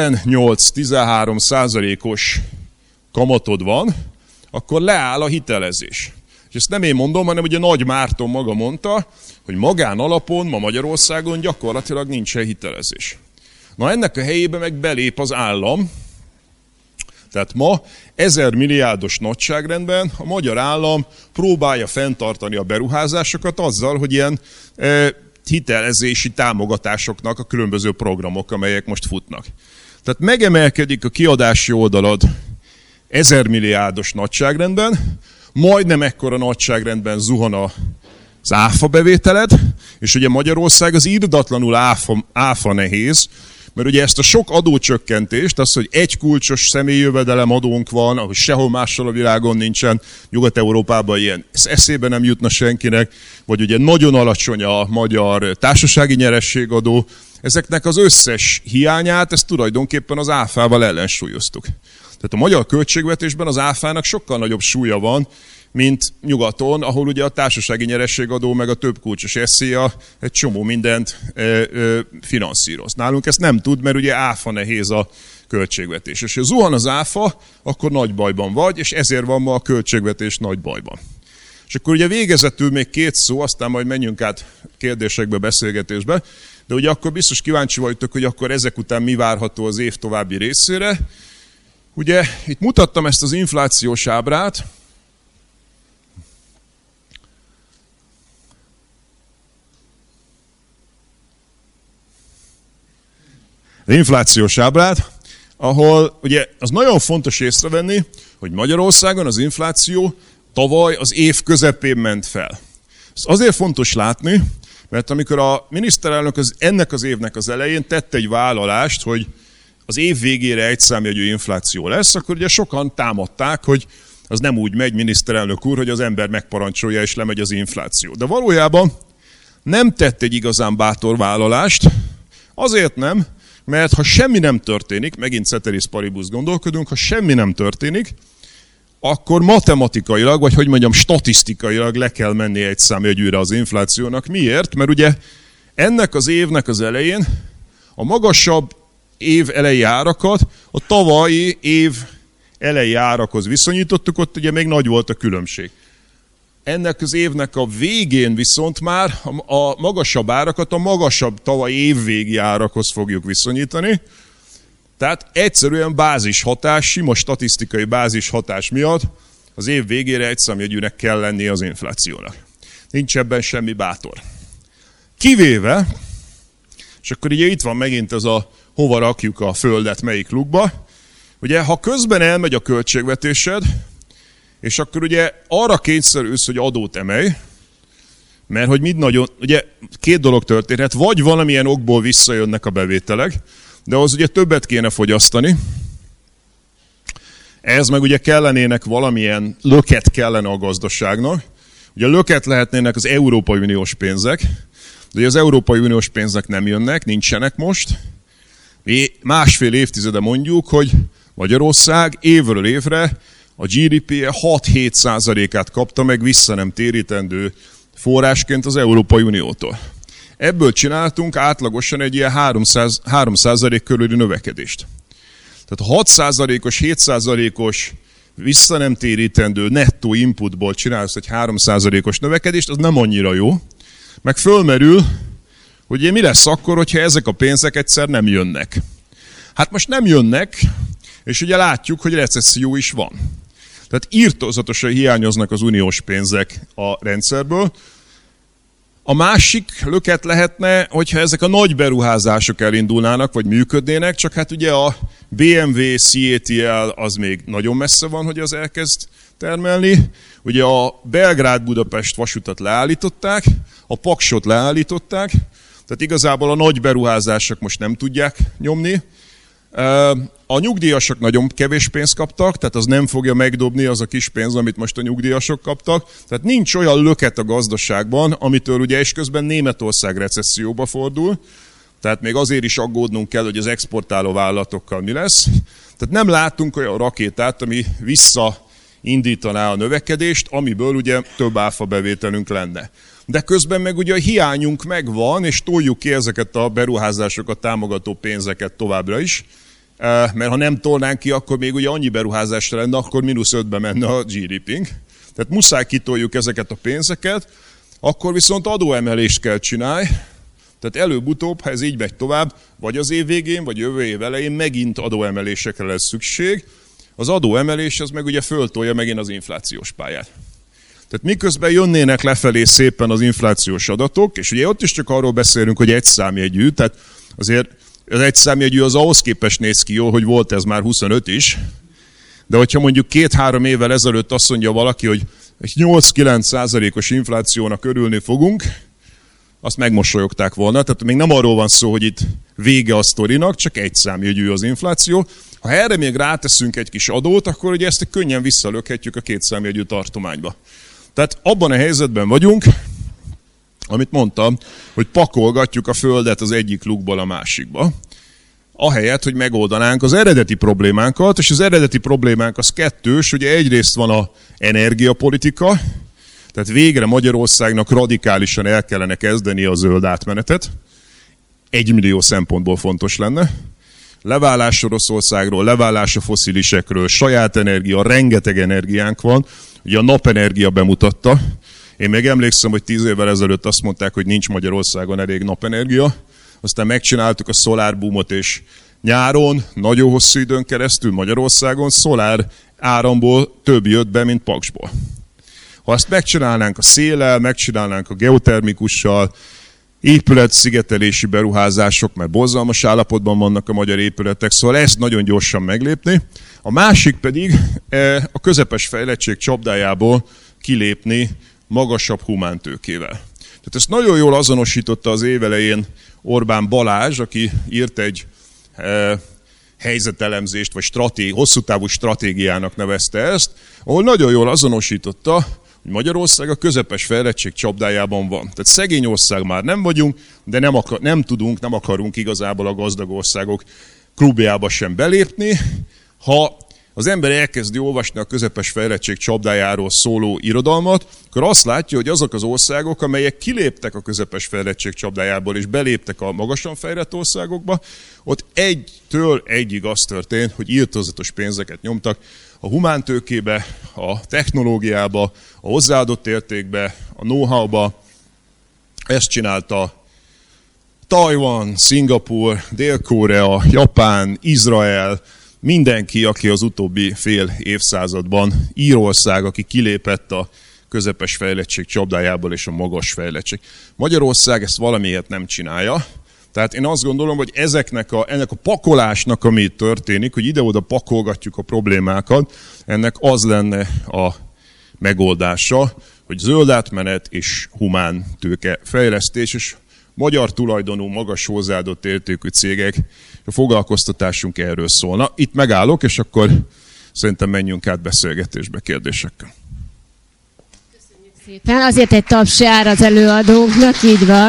18-13%-os kamatod van, akkor leáll a hitelezés. És ezt nem én mondom, hanem ugye Nagy Márton maga mondta, hogy magánalapon ma Magyarországon gyakorlatilag nincsen hitelezés. Na ennek a helyébe meg belép az állam, tehát ma 1000 milliárdos nagyságrendben a magyar állam próbálja fenntartani a beruházásokat azzal, hogy ilyen hitelezési támogatásoknak a különböző programok, amelyek most futnak. Tehát megemelkedik a kiadási oldalad 1000 milliárdos nagyságrendben, majdnem ekkora nagyságrendben zuhan az áfa bevételed, és ugye Magyarország az irdatlanul áfa nehéz, mert ugye ezt a sok adócsökkentést, az, hogy egy kulcsos személyjövedelem adónk van, ahogy sehol máshol a világon nincsen, Nyugat-Európában ilyen eszébe nem jutna senkinek, vagy ugye nagyon alacsony a magyar társasági nyerességadó, ezeknek az összes hiányát, ezt tulajdonképpen az áfával ellensúlyoztuk. Tehát a magyar költségvetésben az áfának sokkal nagyobb súlya van, mint nyugaton, ahol ugye a társasági nyerességadó meg a több kulcsos SZIA egy csomó mindent finanszíroz. Nálunk ezt nem tud, mert ugye áfa nehéz a költségvetés. És ha zuhan az áfa, akkor nagy bajban vagy, és ezért van ma a költségvetés nagy bajban. És akkor ugye végezetül még két szó, aztán majd menjünk át kérdésekbe, beszélgetésbe, de ugye akkor biztos kíváncsi vagytok, hogy akkor ezek után mi várható az év további részére. Ugye itt mutattam ezt az inflációs ábrát, az inflációs ábrát, ahol ugye az nagyon fontos észrevenni, hogy Magyarországon az infláció tavaly az év közepén ment fel. Ez azért fontos látni, mert amikor a miniszterelnök ennek az évnek az elején tett egy vállalást, hogy az év végére egyszámjegyű infláció lesz, akkor ugye sokan támadták, hogy az nem úgy megy, miniszterelnök úr, hogy az ember megparancsolja és lemegy az infláció. De valójában nem tett egy igazán bátor vállalást, azért nem, mert ha semmi nem történik, megint ceteris paribus gondolkodunk, ha semmi nem történik, akkor matematikailag, vagy hogy mondjam, statisztikailag le kell menni egy számjegyűre az inflációnak. Miért? Mert ugye ennek az évnek az elején a magasabb év eleji árakat a tavalyi év eleji árakhoz viszonyítottuk, ott ugye még nagy volt a különbség. Ennek az évnek a végén viszont már a magasabb árakat a magasabb tavalyi évvégi árakhoz fogjuk viszonyítani. Tehát egyszerűen bázishatás, sima statisztikai bázishatás miatt az év végére egyszámjegyűnek kell lennie az inflációnak. Nincs ebben semmi bátor. Kivéve, és akkor ugye itt van megint ez a hova rakjuk a földet, melyik lukba. Ugye, ha közben elmegy a költségvetésed, és akkor ugye arra kényszerülsz, hogy adót emelj, mert hogy ugye két dolog történhet, vagy valamilyen okból visszajönnek a bevételek, de az ugye többet kéne fogyasztani. Ez meg ugye kellenének valamilyen löket kellene a gazdaságnak. Ugye löket lehetnének az Európai Uniós pénzek, de ugye az Európai Uniós pénzek nem jönnek, nincsenek most. Mi másfél évtizede mondjuk, hogy Magyarország évről évre a GDP-je 6-7%-át kapta meg vissza nem térítendő forrásként az Európai Uniótól. Ebből csináltunk átlagosan egy ilyen 3% körüli növekedést. Tehát a 6%-os, 7%-os vissza nem térítendő nettó inputból csinálsz egy 3%-os növekedést, az nem annyira jó. Meg fölmerül, hogy mi lesz akkor, hogyha ezek a pénzek egyszer nem jönnek. Hát most nem jönnek, és ugye látjuk, hogy recesszió is van. Tehát irtózatosan hiányoznak az uniós pénzek a rendszerből. A másik löket lehetne, hogyha ezek a nagy beruházások elindulnának, vagy működnének, csak hát ugye a BMW, CATL az még nagyon messze van, hogy az elkezd termelni. Ugye a Belgrád-Budapest vasutat leállították, a Paksot leállították, tehát igazából a nagy beruházások most nem tudják nyomni. A nyugdíjasok nagyon kevés pénzt kaptak, tehát az nem fogja megdobni az a kis pénz, amit most a nyugdíjasok kaptak. Tehát nincs olyan löket a gazdaságban, amitől ugye és közben Németország recesszióba fordul. Tehát még azért is aggódnunk kell, hogy az exportáló vállalatokkal mi lesz. Tehát nem látunk olyan rakétát, ami visszaindítaná a növekedést, amiből ugye több áfa bevételünk lenne. De közben meg ugye a hiányunk megvan, és toljuk ki ezeket a beruházásokat támogató pénzeket továbbra is. Mert ha nem tolnánk ki, akkor még ugye annyi beruházásra lenne, akkor -5-be menne a GDP-nk. Tehát muszáj kitoljuk ezeket a pénzeket, akkor viszont adóemelést kell csinálni. Tehát előbb-utóbb, ha ez így megy tovább, vagy az év végén, vagy jövő év elején megint adóemelésekre lesz szükség. Az adóemelés az meg ugye föltolja megint az inflációs pályát. Tehát miközben jönnének lefelé szépen az inflációs adatok, és ugye ott is csak arról beszélünk, hogy egyszámjegyű, tehát azért az egyszámjegyű az ahhoz képest néz ki jól, hogy volt ez már 25 is, de hogyha mondjuk 2-3 évvel ezelőtt azt mondja valaki, hogy egy 8-9%-os inflációnak örülni fogunk, azt megmosolyogták volna. Tehát még nem arról van szó, hogy itt vége a sztorinak, csak egyszámjegyű az infláció. Ha erre még ráteszünk egy kis adót, akkor ugye ezt könnyen visszalökhetjük a 2 számjegyű tartományba. Tehát abban a helyzetben vagyunk, amit mondtam, hogy pakolgatjuk a földet az egyik lukból a másikba, ahelyett, hogy megoldanánk az eredeti problémánkat, és az eredeti problémánk az kettős, ugye egyrészt van az energiapolitika, tehát végre Magyarországnak radikálisan el kellene kezdeni a zöld átmenetet, 1 millió szempontból fontos lenne, leválás Oroszországról, leválás a fosszilisekről, saját energia, rengeteg energiánk van, ugye a napenergia bemutatta. Én még emlékszem, hogy 10 évvel ezelőtt azt mondták, hogy nincs Magyarországon elég napenergia, aztán megcsináltuk a szolárboomot, és nyáron, nagyon hosszú időn keresztül Magyarországon szolár áramból több jött be, mint Paksból. Ha ezt megcsinálnánk a széllel, megcsinálnánk a geotermikussal, épületszigetelési beruházások, mert borzalmas állapotban vannak a magyar épületek, szóval ezt nagyon gyorsan meglépni. A másik pedig a közepes fejlettség csapdájából kilépni magasabb humántőkével. Tehát ezt nagyon jól azonosította az év elején Orbán Balázs, aki írt egy helyzetelemzést, vagy hosszú távú stratégiának nevezte ezt, ahol nagyon jól azonosította, hogy Magyarország a közepes fejlettség csapdájában van. Tehát szegény ország már nem vagyunk, de nem akarunk igazából a gazdag országok klubjába sem belépni. Ha az ember elkezdi olvasni a közepes fejlettség csapdájáról szóló irodalmat, akkor azt látja, hogy azok az országok, amelyek kiléptek a közepes fejlettség csapdájából és beléptek a magasan fejlett országokba, ott egytől egyig az történt, hogy irtózatos pénzeket nyomtak a humántőkébe, a technológiába, a hozzáadott értékbe, a know-how-ba. Ezt csinálta Tajvan, Szingapúr, Dél-Korea, Japán, Izrael, mindenki, aki az utóbbi fél évszázadban, Írország, aki kilépett a közepes fejlettség csapdájából és a magas fejlettség. Magyarország ezt valamiért nem csinálja. Tehát én azt gondolom, hogy ennek a pakolásnak, ami itt történik, hogy ide-oda pakolgatjuk a problémákat, ennek az lenne a megoldása, hogy zöld átmenet és humán tőke fejlesztés, és magyar tulajdonú, magas hozzáadott értékű cégek, a foglalkoztatásunk erről szólna. Itt megállok, és akkor szerintem menjünk át beszélgetésbe kérdésekkel. Köszönjük szépen. Azért egy taps jár az előadónknak, így van.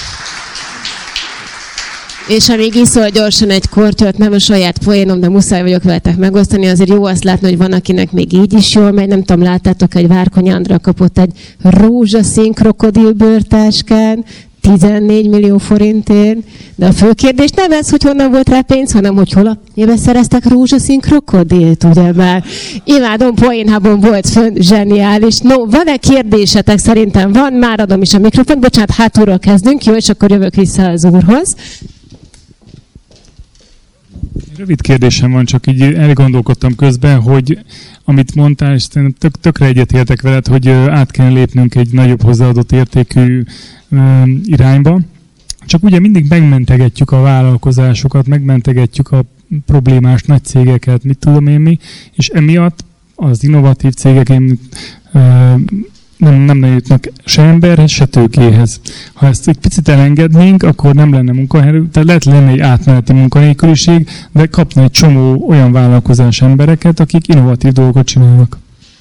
És amíg iszol gyorsan egy kortyot, nem a saját poénom, de muszáj vagyok veletek megosztani, azért jó azt látni, hogy van, akinek még így is jól megy. Nem tudom, láttátok, hogy Várkonyi Andra kapott egy rózsaszín krokodilbőrtáskán, 14 millió forintért, de a fő kérdés nem ez, hogy honnan volt rá pénz, hanem hogy hol a szereztek rózsaszín krokodilt, ugyebár. Imádom, poénhábon volt fönn, zseniális. No, van-e kérdésetek? Szerintem van, már adom is a mikrofont. Bocsánat, hátulról kezdünk, jó, és akkor jövök vissza az úrhoz. Rövid kérdésem van, csak így elgondolkodtam közben, hogy amit mondtál, és tökre egyetértek veled, hogy át kell lépnünk egy nagyobb hozzáadott értékű irányba. Csak ugye mindig megmentegetjük a vállalkozásokat, megmentegetjük a problémás nagy cégeket, mit tudom én mi, és emiatt az innovatív cégek nem jutnak se emberhez, se tőkéhez. Ha ezt egy picit elengednénk, akkor nem lenne munkahely, tehát lenne egy átmeneti munkanélküliség, de kapna egy csomó olyan vállalkozás embereket, akik innovatív dolgokat csinálnak.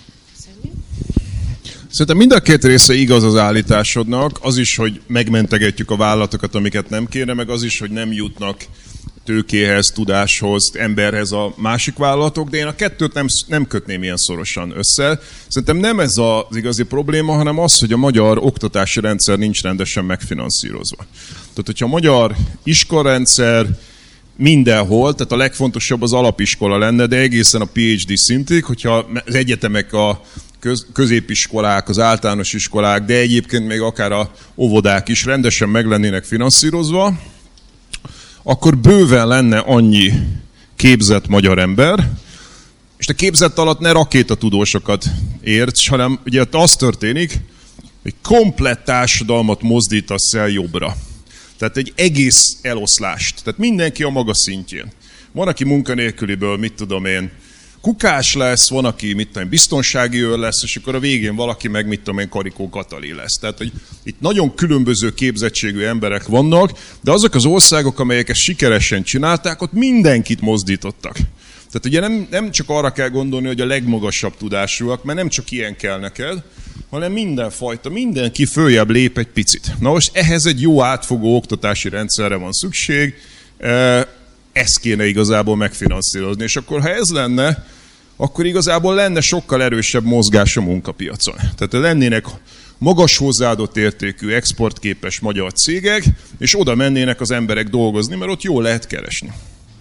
Szerintem mind a két része igaz az állításodnak, az is, hogy megmentegetjük a vállalatokat, amiket nem kéne, meg az is, hogy nem jutnak tőkéhez, tudáshoz, emberhez a másik vállalatok, de én a kettőt nem kötném ilyen szorosan össze. Szerintem nem ez az igazi probléma, hanem az, hogy a magyar oktatási rendszer nincs rendesen megfinanszírozva. Tehát, hogyha a magyar iskolarendszer mindenhol, tehát a legfontosabb az alapiskola lenne, de egészen a PhD szintig, hogyha az egyetemek, a középiskolák, az általános iskolák, de egyébként még akár a óvodák is rendesen meg lennének finanszírozva, akkor bőven lenne annyi képzett magyar ember, és a képzett alatt ne rakétatudósokat érts, hanem ugye az történik, hogy komplett társadalmat mozdítasz el jobbra. Tehát egy egész eloszlást. Tehát mindenki a maga szintjén. Van, aki munkanélküliből, mit tudom én, kukás lesz, van, aki mit tudom, biztonsági őr lesz, és akkor a végén valaki meg mit tudom én, Karikó Katali lesz. Tehát, hogy itt nagyon különböző képzettségű emberek vannak, de azok az országok, amelyek ezt sikeresen csinálták, ott mindenkit mozdítottak. Tehát ugye nem csak arra kell gondolni, hogy a legmagasabb tudásúak, mert nem csak ilyen kell neked, hanem mindenfajta, mindenki följebb lép egy picit. Na most ehhez egy jó átfogó oktatási rendszerre van szükség, ezt kéne igazából megfinanszírozni. És akkor, ha ez lenne, akkor igazából lenne sokkal erősebb mozgás a munkapiacon. Tehát lennének magas hozzáadott értékű, exportképes magyar cégek, és oda mennének az emberek dolgozni, mert ott jól lehet keresni.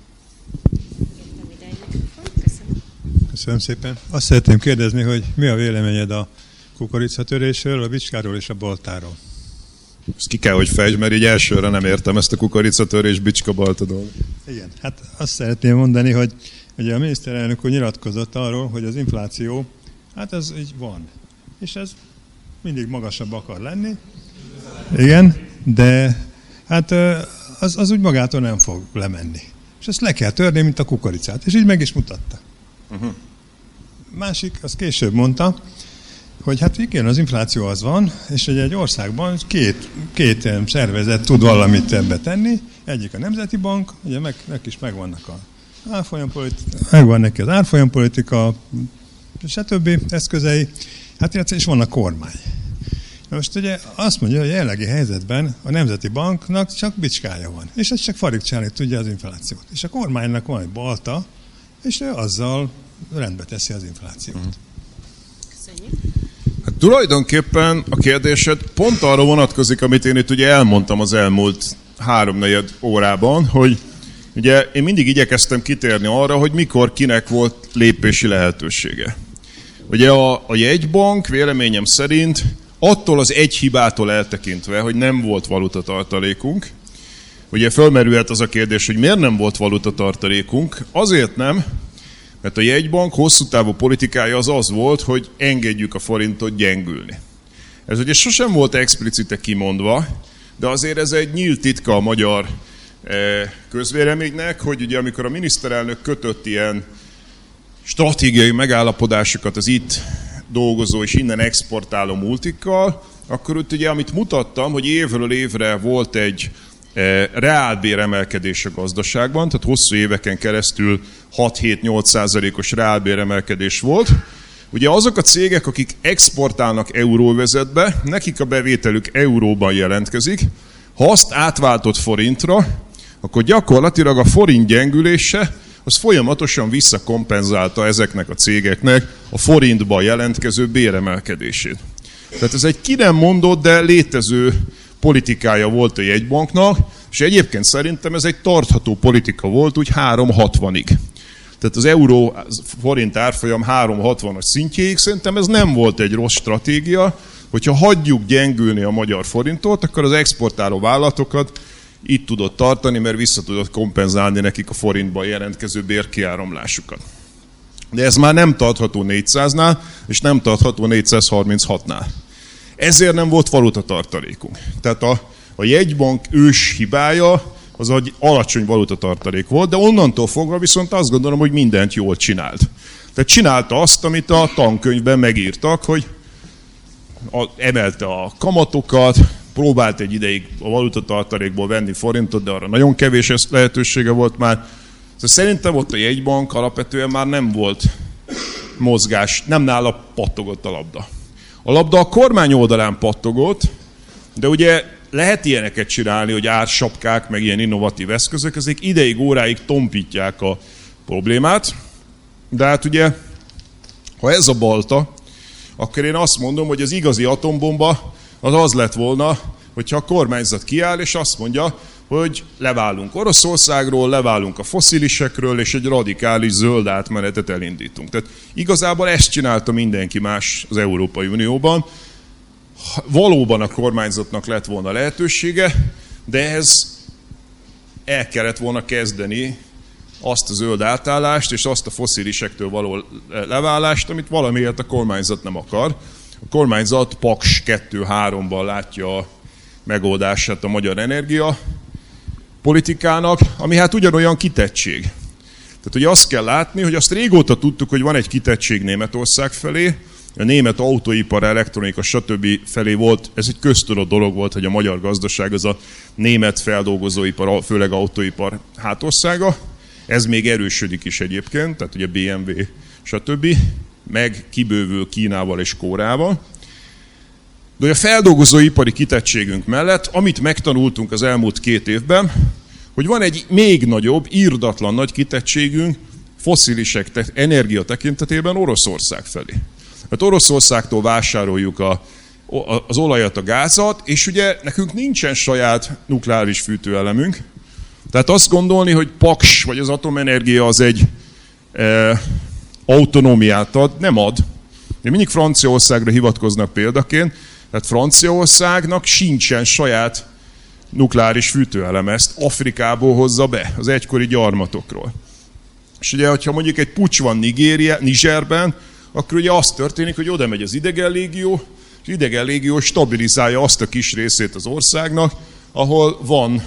Köszönöm szépen. Azt szeretném kérdezni, hogy mi a véleményed a kukoricatörésről, a bicskáról és a boltáról? Ezt ki kell, hogy fejtsd, mert így elsőre nem értem ezt a kukoricatörés bicska-balta dolgot. Igen, hát azt szeretném mondani, hogy ugye a miniszterelnök úr nyilatkozott arról, hogy az infláció, hát ez így van. És ez mindig magasabb akar lenni. Igen, de hát az úgy magától nem fog lemenni. És ezt le kell törni, mint a kukoricát. És így meg is mutatta. Másik, az később mondta, hogy hát igen, az infláció az van, és hogy egy országban két szervezet tud valamit ebbe tenni. Egyik a Nemzeti Bank, ugye meg is megvannak megvan neki az árfolyampolitika, stb. Eszközei, hát és van a kormány. Most ugye azt mondja, hogy a jelenlegi helyzetben a Nemzeti Banknak csak bicskája van, és ez csak farigcsálni tudja az inflációt. És a kormánynak van egy balta, és ő azzal rendbe teszi az inflációt. Köszönjük. Hát tulajdonképpen a kérdésed pont arra vonatkozik, amit én itt ugye elmondtam az elmúlt 3-4 órában, hogy ugye én mindig igyekeztem kitérni arra, hogy mikor kinek volt lépési lehetősége. Ugye a jegybank véleményem szerint attól az egy hibától eltekintve, hogy nem volt valutatartalékunk, ugye fölmerülhet az a kérdés, hogy miért nem volt valutatartalékunk, azért nem, mert a jegybank hosszú távú politikája az volt, hogy engedjük a forintot gyengülni. Ez ugye sosem volt explicite kimondva, de azért ez egy nyílt titka a magyar közvéleménynek, hogy ugye amikor a miniszterelnök kötött ilyen stratégiai megállapodásokat az itt dolgozó és innen exportáló multikkal, akkor ott ugye, amit mutattam, hogy évről évre volt egy reálbér emelkedés a gazdaságban, tehát hosszú éveken keresztül 6-7-8%-os reálbér emelkedés volt. Ugye azok a cégek, akik exportálnak euróvezetbe, nekik a bevételük euróban jelentkezik. Ha azt átváltott forintra, akkor gyakorlatilag a forint gyengülése az folyamatosan visszakompenzálta ezeknek a cégeknek a forintba jelentkező béremelkedését. Tehát ez egy ki nem mondott, de létező politikája volt a jegybanknak, és egyébként szerintem ez egy tartható politika volt úgy 3,60-ig. Tehát az euró-forint árfolyam 3,60-as szintjéig szerintem ez nem volt egy rossz stratégia, hogyha hagyjuk gyengülni a magyar forintot, akkor az exportáló vállalatokat itt tudott tartani, mert vissza tudott kompenzálni nekik a forintban jelentkező bérkiáramlásukat. De ez már nem tartható 400-nál, és nem tartható 436-nál. Ezért nem volt valutatartalékunk. Tehát a jegybank ős hibája az egy alacsony valutatartalék volt, de onnantól fogva viszont azt gondolom, hogy mindent jól csinált. Tehát csinálta azt, amit a tankönyvben megírtak, hogy emelte a kamatokat, próbált egy ideig a valutatartalékból venni forintot, de arra nagyon kevés lehetősége volt már. Szerintem ott a jegybank alapvetően már nem volt mozgás, nem nála pattogott a labda. A labda a kormány oldalán pattogott, de ugye lehet ilyeneket csinálni, hogy ársapkák, meg ilyen innovatív eszközök, ezek ideig, óráig tompítják a problémát, de hát ugye, ha ez a balta, akkor én azt mondom, hogy az igazi atombomba az lett volna, hogyha a kormányzat kiáll, és azt mondja, hogy leválunk Oroszországról, leválunk a fosszilisekről, és egy radikális zöld átmenetet elindítunk. Tehát igazából ezt csinálta mindenki más az Európai Unióban. Valóban a kormányzatnak lett volna lehetősége, de ehhez el kellett volna kezdeni azt a zöld átállást, és azt a fosszilisektől való leválást, amit valamiért a kormányzat nem akar. A kormányzat Paks 2-3-ban látja a megoldását a magyar energia politikának, ami hát ugyanolyan kitettség. Tehát ugye azt kell látni, hogy azt régóta tudtuk, hogy van egy kitettség Németország felé, a német autóipar, elektronika, stb. Felé volt, ez egy köztudott dolog volt, hogy a magyar gazdaság az a német feldolgozóipar, főleg autóipar hátországa. Ez még erősödik is egyébként, tehát ugye BMW, stb. Meg kibővül Kínával és Koreával. De a feldolgozóipari kitettségünk mellett, amit megtanultunk az elmúlt 2 évben, hogy van egy még nagyobb, irdatlan nagy kitettségünk fosszilisek energia tekintetében Oroszország felé. Hát Oroszországtól vásároljuk az olajat, a gázat, és ugye nekünk nincsen saját nukleáris fűtőelemünk. Tehát azt gondolni, hogy Paks vagy az atomenergia az egy autonómiát ad, nem ad. De mindig Franciaországra hivatkoznak példaként, tehát Franciaországnak sincsen saját nukleáris fűtőeleme, ezt Afrikából hozza be, az egykori gyarmatokról. És ugye, ha mondjuk egy puccs van Nigerben, akkor ugye az történik, hogy oda megy az idegenlégió, és az idegenlégió stabilizálja azt a kis részét az országnak, ahol van,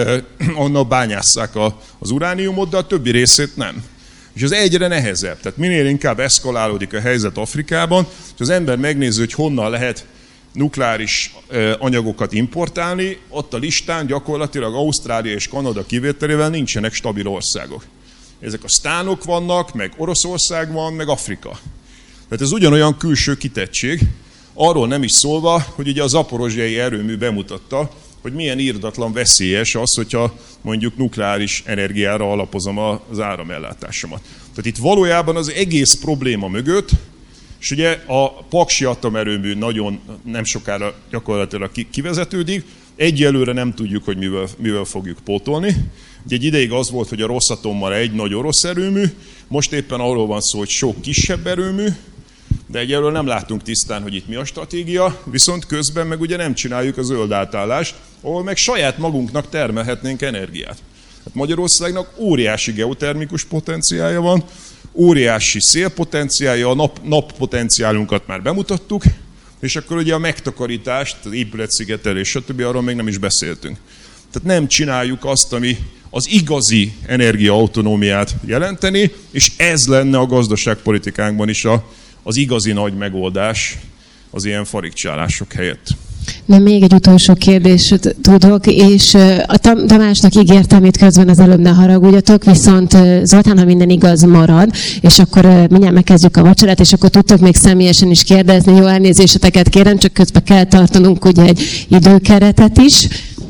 onnan bányásszák az urániumot, de a többi részét nem. És az egyre nehezebb. Tehát minél inkább eszkalálódik a helyzet Afrikában, és az ember megnézi, hogy honnan lehet nukleáris anyagokat importálni, ott a listán gyakorlatilag Ausztrália és Kanada kivételével nincsenek stabil országok. Ezek a sztánok vannak, meg Oroszország van, meg Afrika. Tehát ez ugyanolyan külső kitettség, arról nem is szólva, hogy ugye a zaporozsiai erőmű bemutatta, hogy milyen irdatlan veszélyes az, hogyha mondjuk nukleáris energiára alapozom az áramellátásomat. Tehát itt valójában az egész probléma mögött, és ugye a paksi atomerőmű nagyon nem sokára gyakorlatilag kivezetődik, egyelőre nem tudjuk, hogy mivel fogjuk pótolni. Ugye egy ideig az volt, hogy a Rosatommal egy nagy orosz erőmű, most éppen arról van szó, hogy sok kisebb erőmű, de egyelőre nem látunk tisztán, hogy itt mi a stratégia, viszont közben meg ugye nem csináljuk a zöld átállást, ahol meg saját magunknak termelhetnénk energiát. Hát Magyarországnak óriási geotermikus potenciálja van, óriási szélpotenciálja, a nappotenciálunkat már bemutattuk, és akkor ugye a megtakarítást, az épületszigetelés, stb. Arról még nem is beszéltünk. Tehát nem csináljuk azt, ami az igazi energiaautonómiát jelenteni, és ez lenne a gazdaságpolitikánkban is az igazi nagy megoldás az ilyen farigcsálások helyett. Na, még egy utolsó kérdést tudok, és a Tamásnak ígértem itt közben, az előbb ne haragudjatok, viszont Zoltán, ha minden igaz, marad, és akkor mindjárt megkezdjük a vacsorát, és akkor tudtok még személyesen is kérdezni, jó, elnézéseteket kérem, csak közben kell tartanunk ugye egy időkeretet is.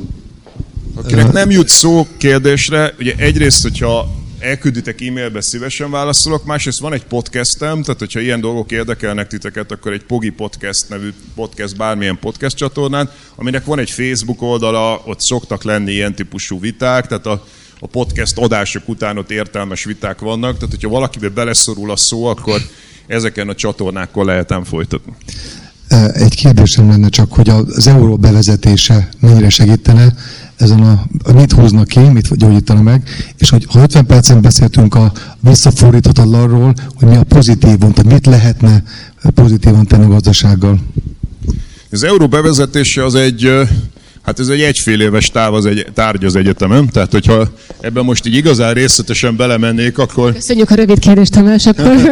Akinek nem jut szó kérdésre, ugye egyrészt, hogyha elkülditek e-mailbe, szívesen válaszolok, másrészt van egy podcastem, tehát hogyha ilyen dolgok érdekelnek titeket, akkor egy Pogi Podcast nevű podcast, bármilyen podcast csatornán, aminek van egy Facebook oldala, ott szoktak lenni ilyen típusú viták, tehát a podcast adások után ott értelmes viták vannak, tehát hogyha valakibe beleszorul a szó, akkor ezeken a csatornákon lehet ám folytatni. Egy kérdésem lenne csak, hogy az euró bevezetése mennyire segítene ezen mit húznak ki, mit gyógyítana meg, és hogy ha 50 percen beszéltünk a visszafordíthatatlanról, hogy mi a pozitívum, tehát mit lehetne pozitívan tenni a gazdasággal. Az euró bevezetése az ez egy egyfél éves tárgy az egyetemen, tehát hogyha ebben most így igazán részletesen belemennék, akkor... Köszönjük a rövid kérdést, Tamás,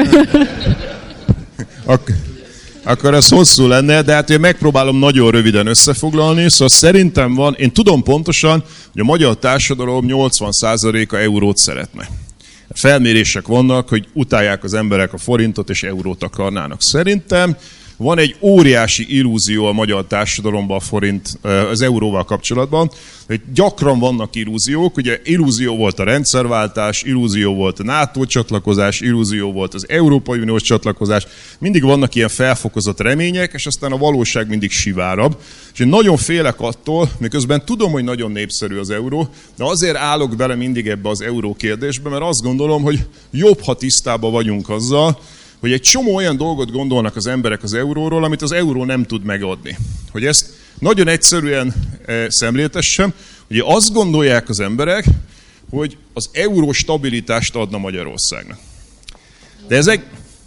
akkor ez hosszú lenne, de hát én megpróbálom nagyon röviden összefoglalni, szóval szerintem én tudom pontosan, hogy a magyar társadalom 80%-a eurót szeretne. Felmérések vannak, hogy utálják az emberek a forintot és eurót akarnának. Szerintem van egy óriási illúzió a magyar társadalomban az euróval kapcsolatban, hogy gyakran vannak illúziók, ugye illúzió volt a rendszerváltás, illúzió volt a NATO csatlakozás, illúzió volt az Európai Uniós csatlakozás, mindig vannak ilyen felfokozott remények, és aztán a valóság mindig sivárabb. És én nagyon félek attól, miközben tudom, hogy nagyon népszerű az euró, de azért állok bele mindig ebbe az euró kérdésbe, mert azt gondolom, hogy jobb, ha tisztában vagyunk azzal, hogy egy csomó olyan dolgot gondolnak az emberek az euróról, amit az euró nem tud megadni. Hogy ezt nagyon egyszerűen szemléltessem, hogy azt gondolják az emberek, hogy az euró stabilitást adna Magyarországnak. De ez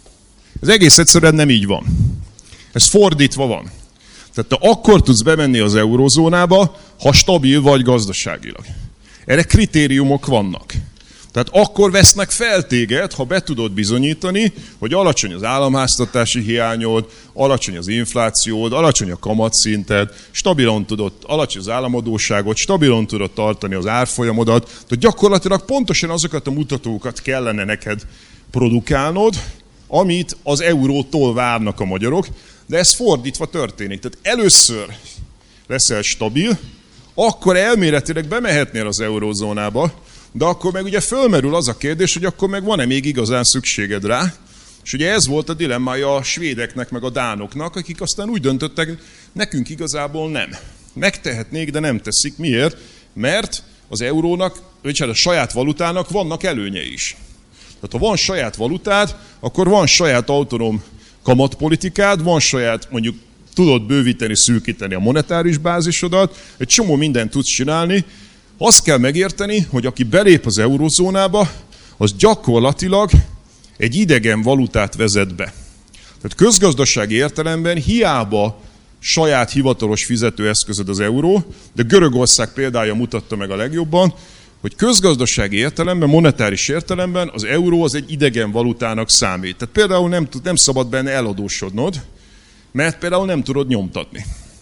egész egyszerűen nem így van. Ez fordítva van. Tehát te akkor tudsz bemenni az eurózónába, ha stabil vagy gazdaságilag. Erre kritériumok vannak. Tehát akkor vesznek fel téged, ha be tudod bizonyítani, hogy alacsony az államháztartási hiányod, alacsony az inflációd, alacsony a kamatszinted, stabilan tudod, alacsony az államadósságod, stabilan tudod tartani az árfolyamodat. Tehát gyakorlatilag pontosan azokat a mutatókat kellene neked produkálnod, amit az eurótól várnak a magyarok, de ez fordítva történik. Tehát először leszel stabil, akkor elméletileg bemehetnél az eurózónába, de akkor meg ugye fölmerül az a kérdés, hogy akkor meg van-e még igazán szükséged rá. És ugye ez volt a dilemmája a svédeknek, meg a dánoknak, akik aztán úgy döntöttek, nekünk igazából nem. Megtehetnék, de nem teszik. Miért? Mert az eurónak, vagy a saját valutának vannak előnyei is. Tehát ha van saját valutád, akkor van saját autonóm kamatpolitikád, van saját, mondjuk tudod bővíteni, szűkíteni a monetáris bázisodat, egy csomó mindent tudsz csinálni. Azt kell megérteni, hogy aki belép az eurózónába, az gyakorlatilag egy idegen valutát vezet be. Tehát közgazdasági értelemben hiába saját hivatalos fizetőeszközöd az euró, de Görögország példája mutatta meg a legjobban, hogy közgazdasági értelemben, monetáris értelemben az euró az egy idegen valutának számít. Tehát például nem szabad benne eladósodnod, mert például nem tudod nyomtatni.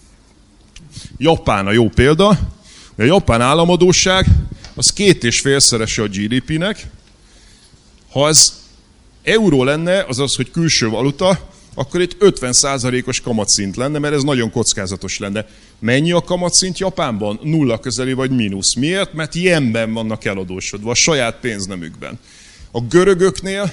Japán a jó példa. A japán államadósság az 2,5-szerese a GDP-nek. Ha ez euró lenne, azaz, hogy külső valuta, akkor itt 50%-os kamatszint lenne, mert ez nagyon kockázatos lenne. Mennyi a kamatszint Japánban? 0 közeli vagy mínusz. Miért? Mert jenben vannak eladósodva, a saját pénznemükben. A görögöknél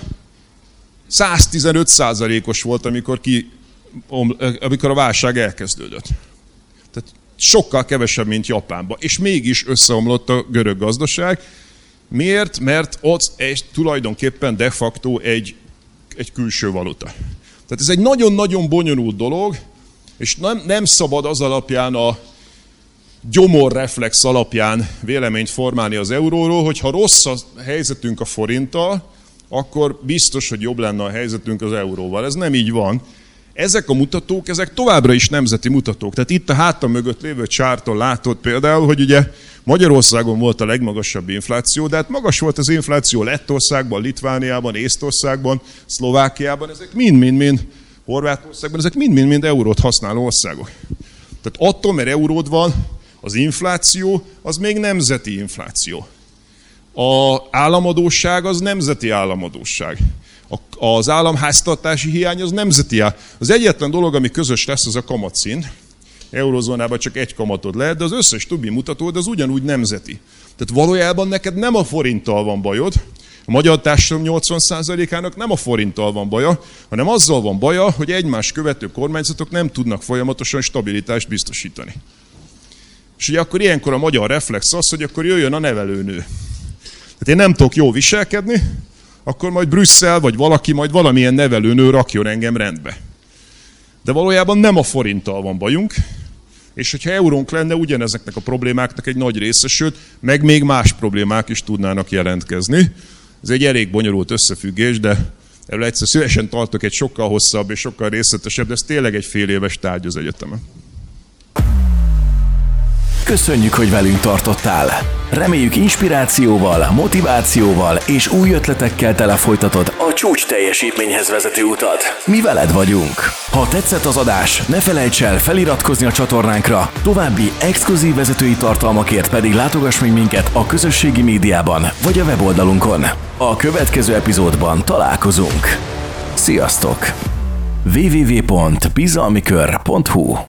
115%-os volt, amikor a válság elkezdődött. Tehát sokkal kevesebb, mint Japánban. És mégis összeomlott a görög gazdaság. Miért? Mert ott tulajdonképpen de facto egy külső valuta. Tehát ez egy nagyon-nagyon bonyolult dolog, és nem szabad az alapján, a gyomorreflex alapján véleményt formálni az euróról, hogy ha rossz a helyzetünk a forinttal, akkor biztos, hogy jobb lenne a helyzetünk az euróval. Ez nem így van. Ezek a mutatók, ezek továbbra is nemzeti mutatók. Tehát itt a hátam mögött lévő csárton látod például, hogy ugye Magyarországon volt a legmagasabb infláció, de hát magas volt az infláció Lettországban, Litvániában, Észtországban, Szlovákiában, ezek mind-mind, Horvátországban, ezek mind-mind eurót használó országok. Tehát attól, mert euród van, az infláció, az még nemzeti infláció. Az államadósság az nemzeti államadósság. Az államháztartási hiány az nemzeti. Az egyetlen dolog, ami közös lesz, az a kamatszint. Eurozónában csak egy kamatod lehet, de az összes többi mutatód az ugyanúgy nemzeti. Tehát valójában neked nem a forinttal van bajod, a magyar társadalom 80%-ának nem a forinttal van baja, hanem azzal van baja, hogy egymás követő kormányzatok nem tudnak folyamatosan stabilitást biztosítani. És ugye akkor ilyenkor a magyar reflex az, hogy akkor jöjjön a nevelőnő. Tehát én nem tudok jól viselkedni, akkor majd Brüsszel vagy valaki, majd valamilyen nevelőnő rakjon engem rendbe. De valójában nem a forinttal van bajunk, és hogyha eurónk lenne, ugyanezeknek a problémáknak egy nagy része, sőt, meg még más problémák is tudnának jelentkezni. Ez egy elég bonyolult összefüggés, de erről egyszer szívesen tartok egy sokkal hosszabb és sokkal részletesebb, de ez tényleg egy fél éves tárgy az egyetemen. Köszönjük, hogy velünk tartottál! Reméljük inspirációval, motivációval és új ötletekkel tele folytatod a csúcs teljesítményhez vezető utat. Mi veled vagyunk! Ha tetszett az adás, ne felejts el feliratkozni a csatornánkra, további exkluzív vezetői tartalmakért pedig látogass meg minket a közösségi médiában vagy a weboldalunkon. A következő epizódban találkozunk. Sziasztok! www.bizalmikör.hu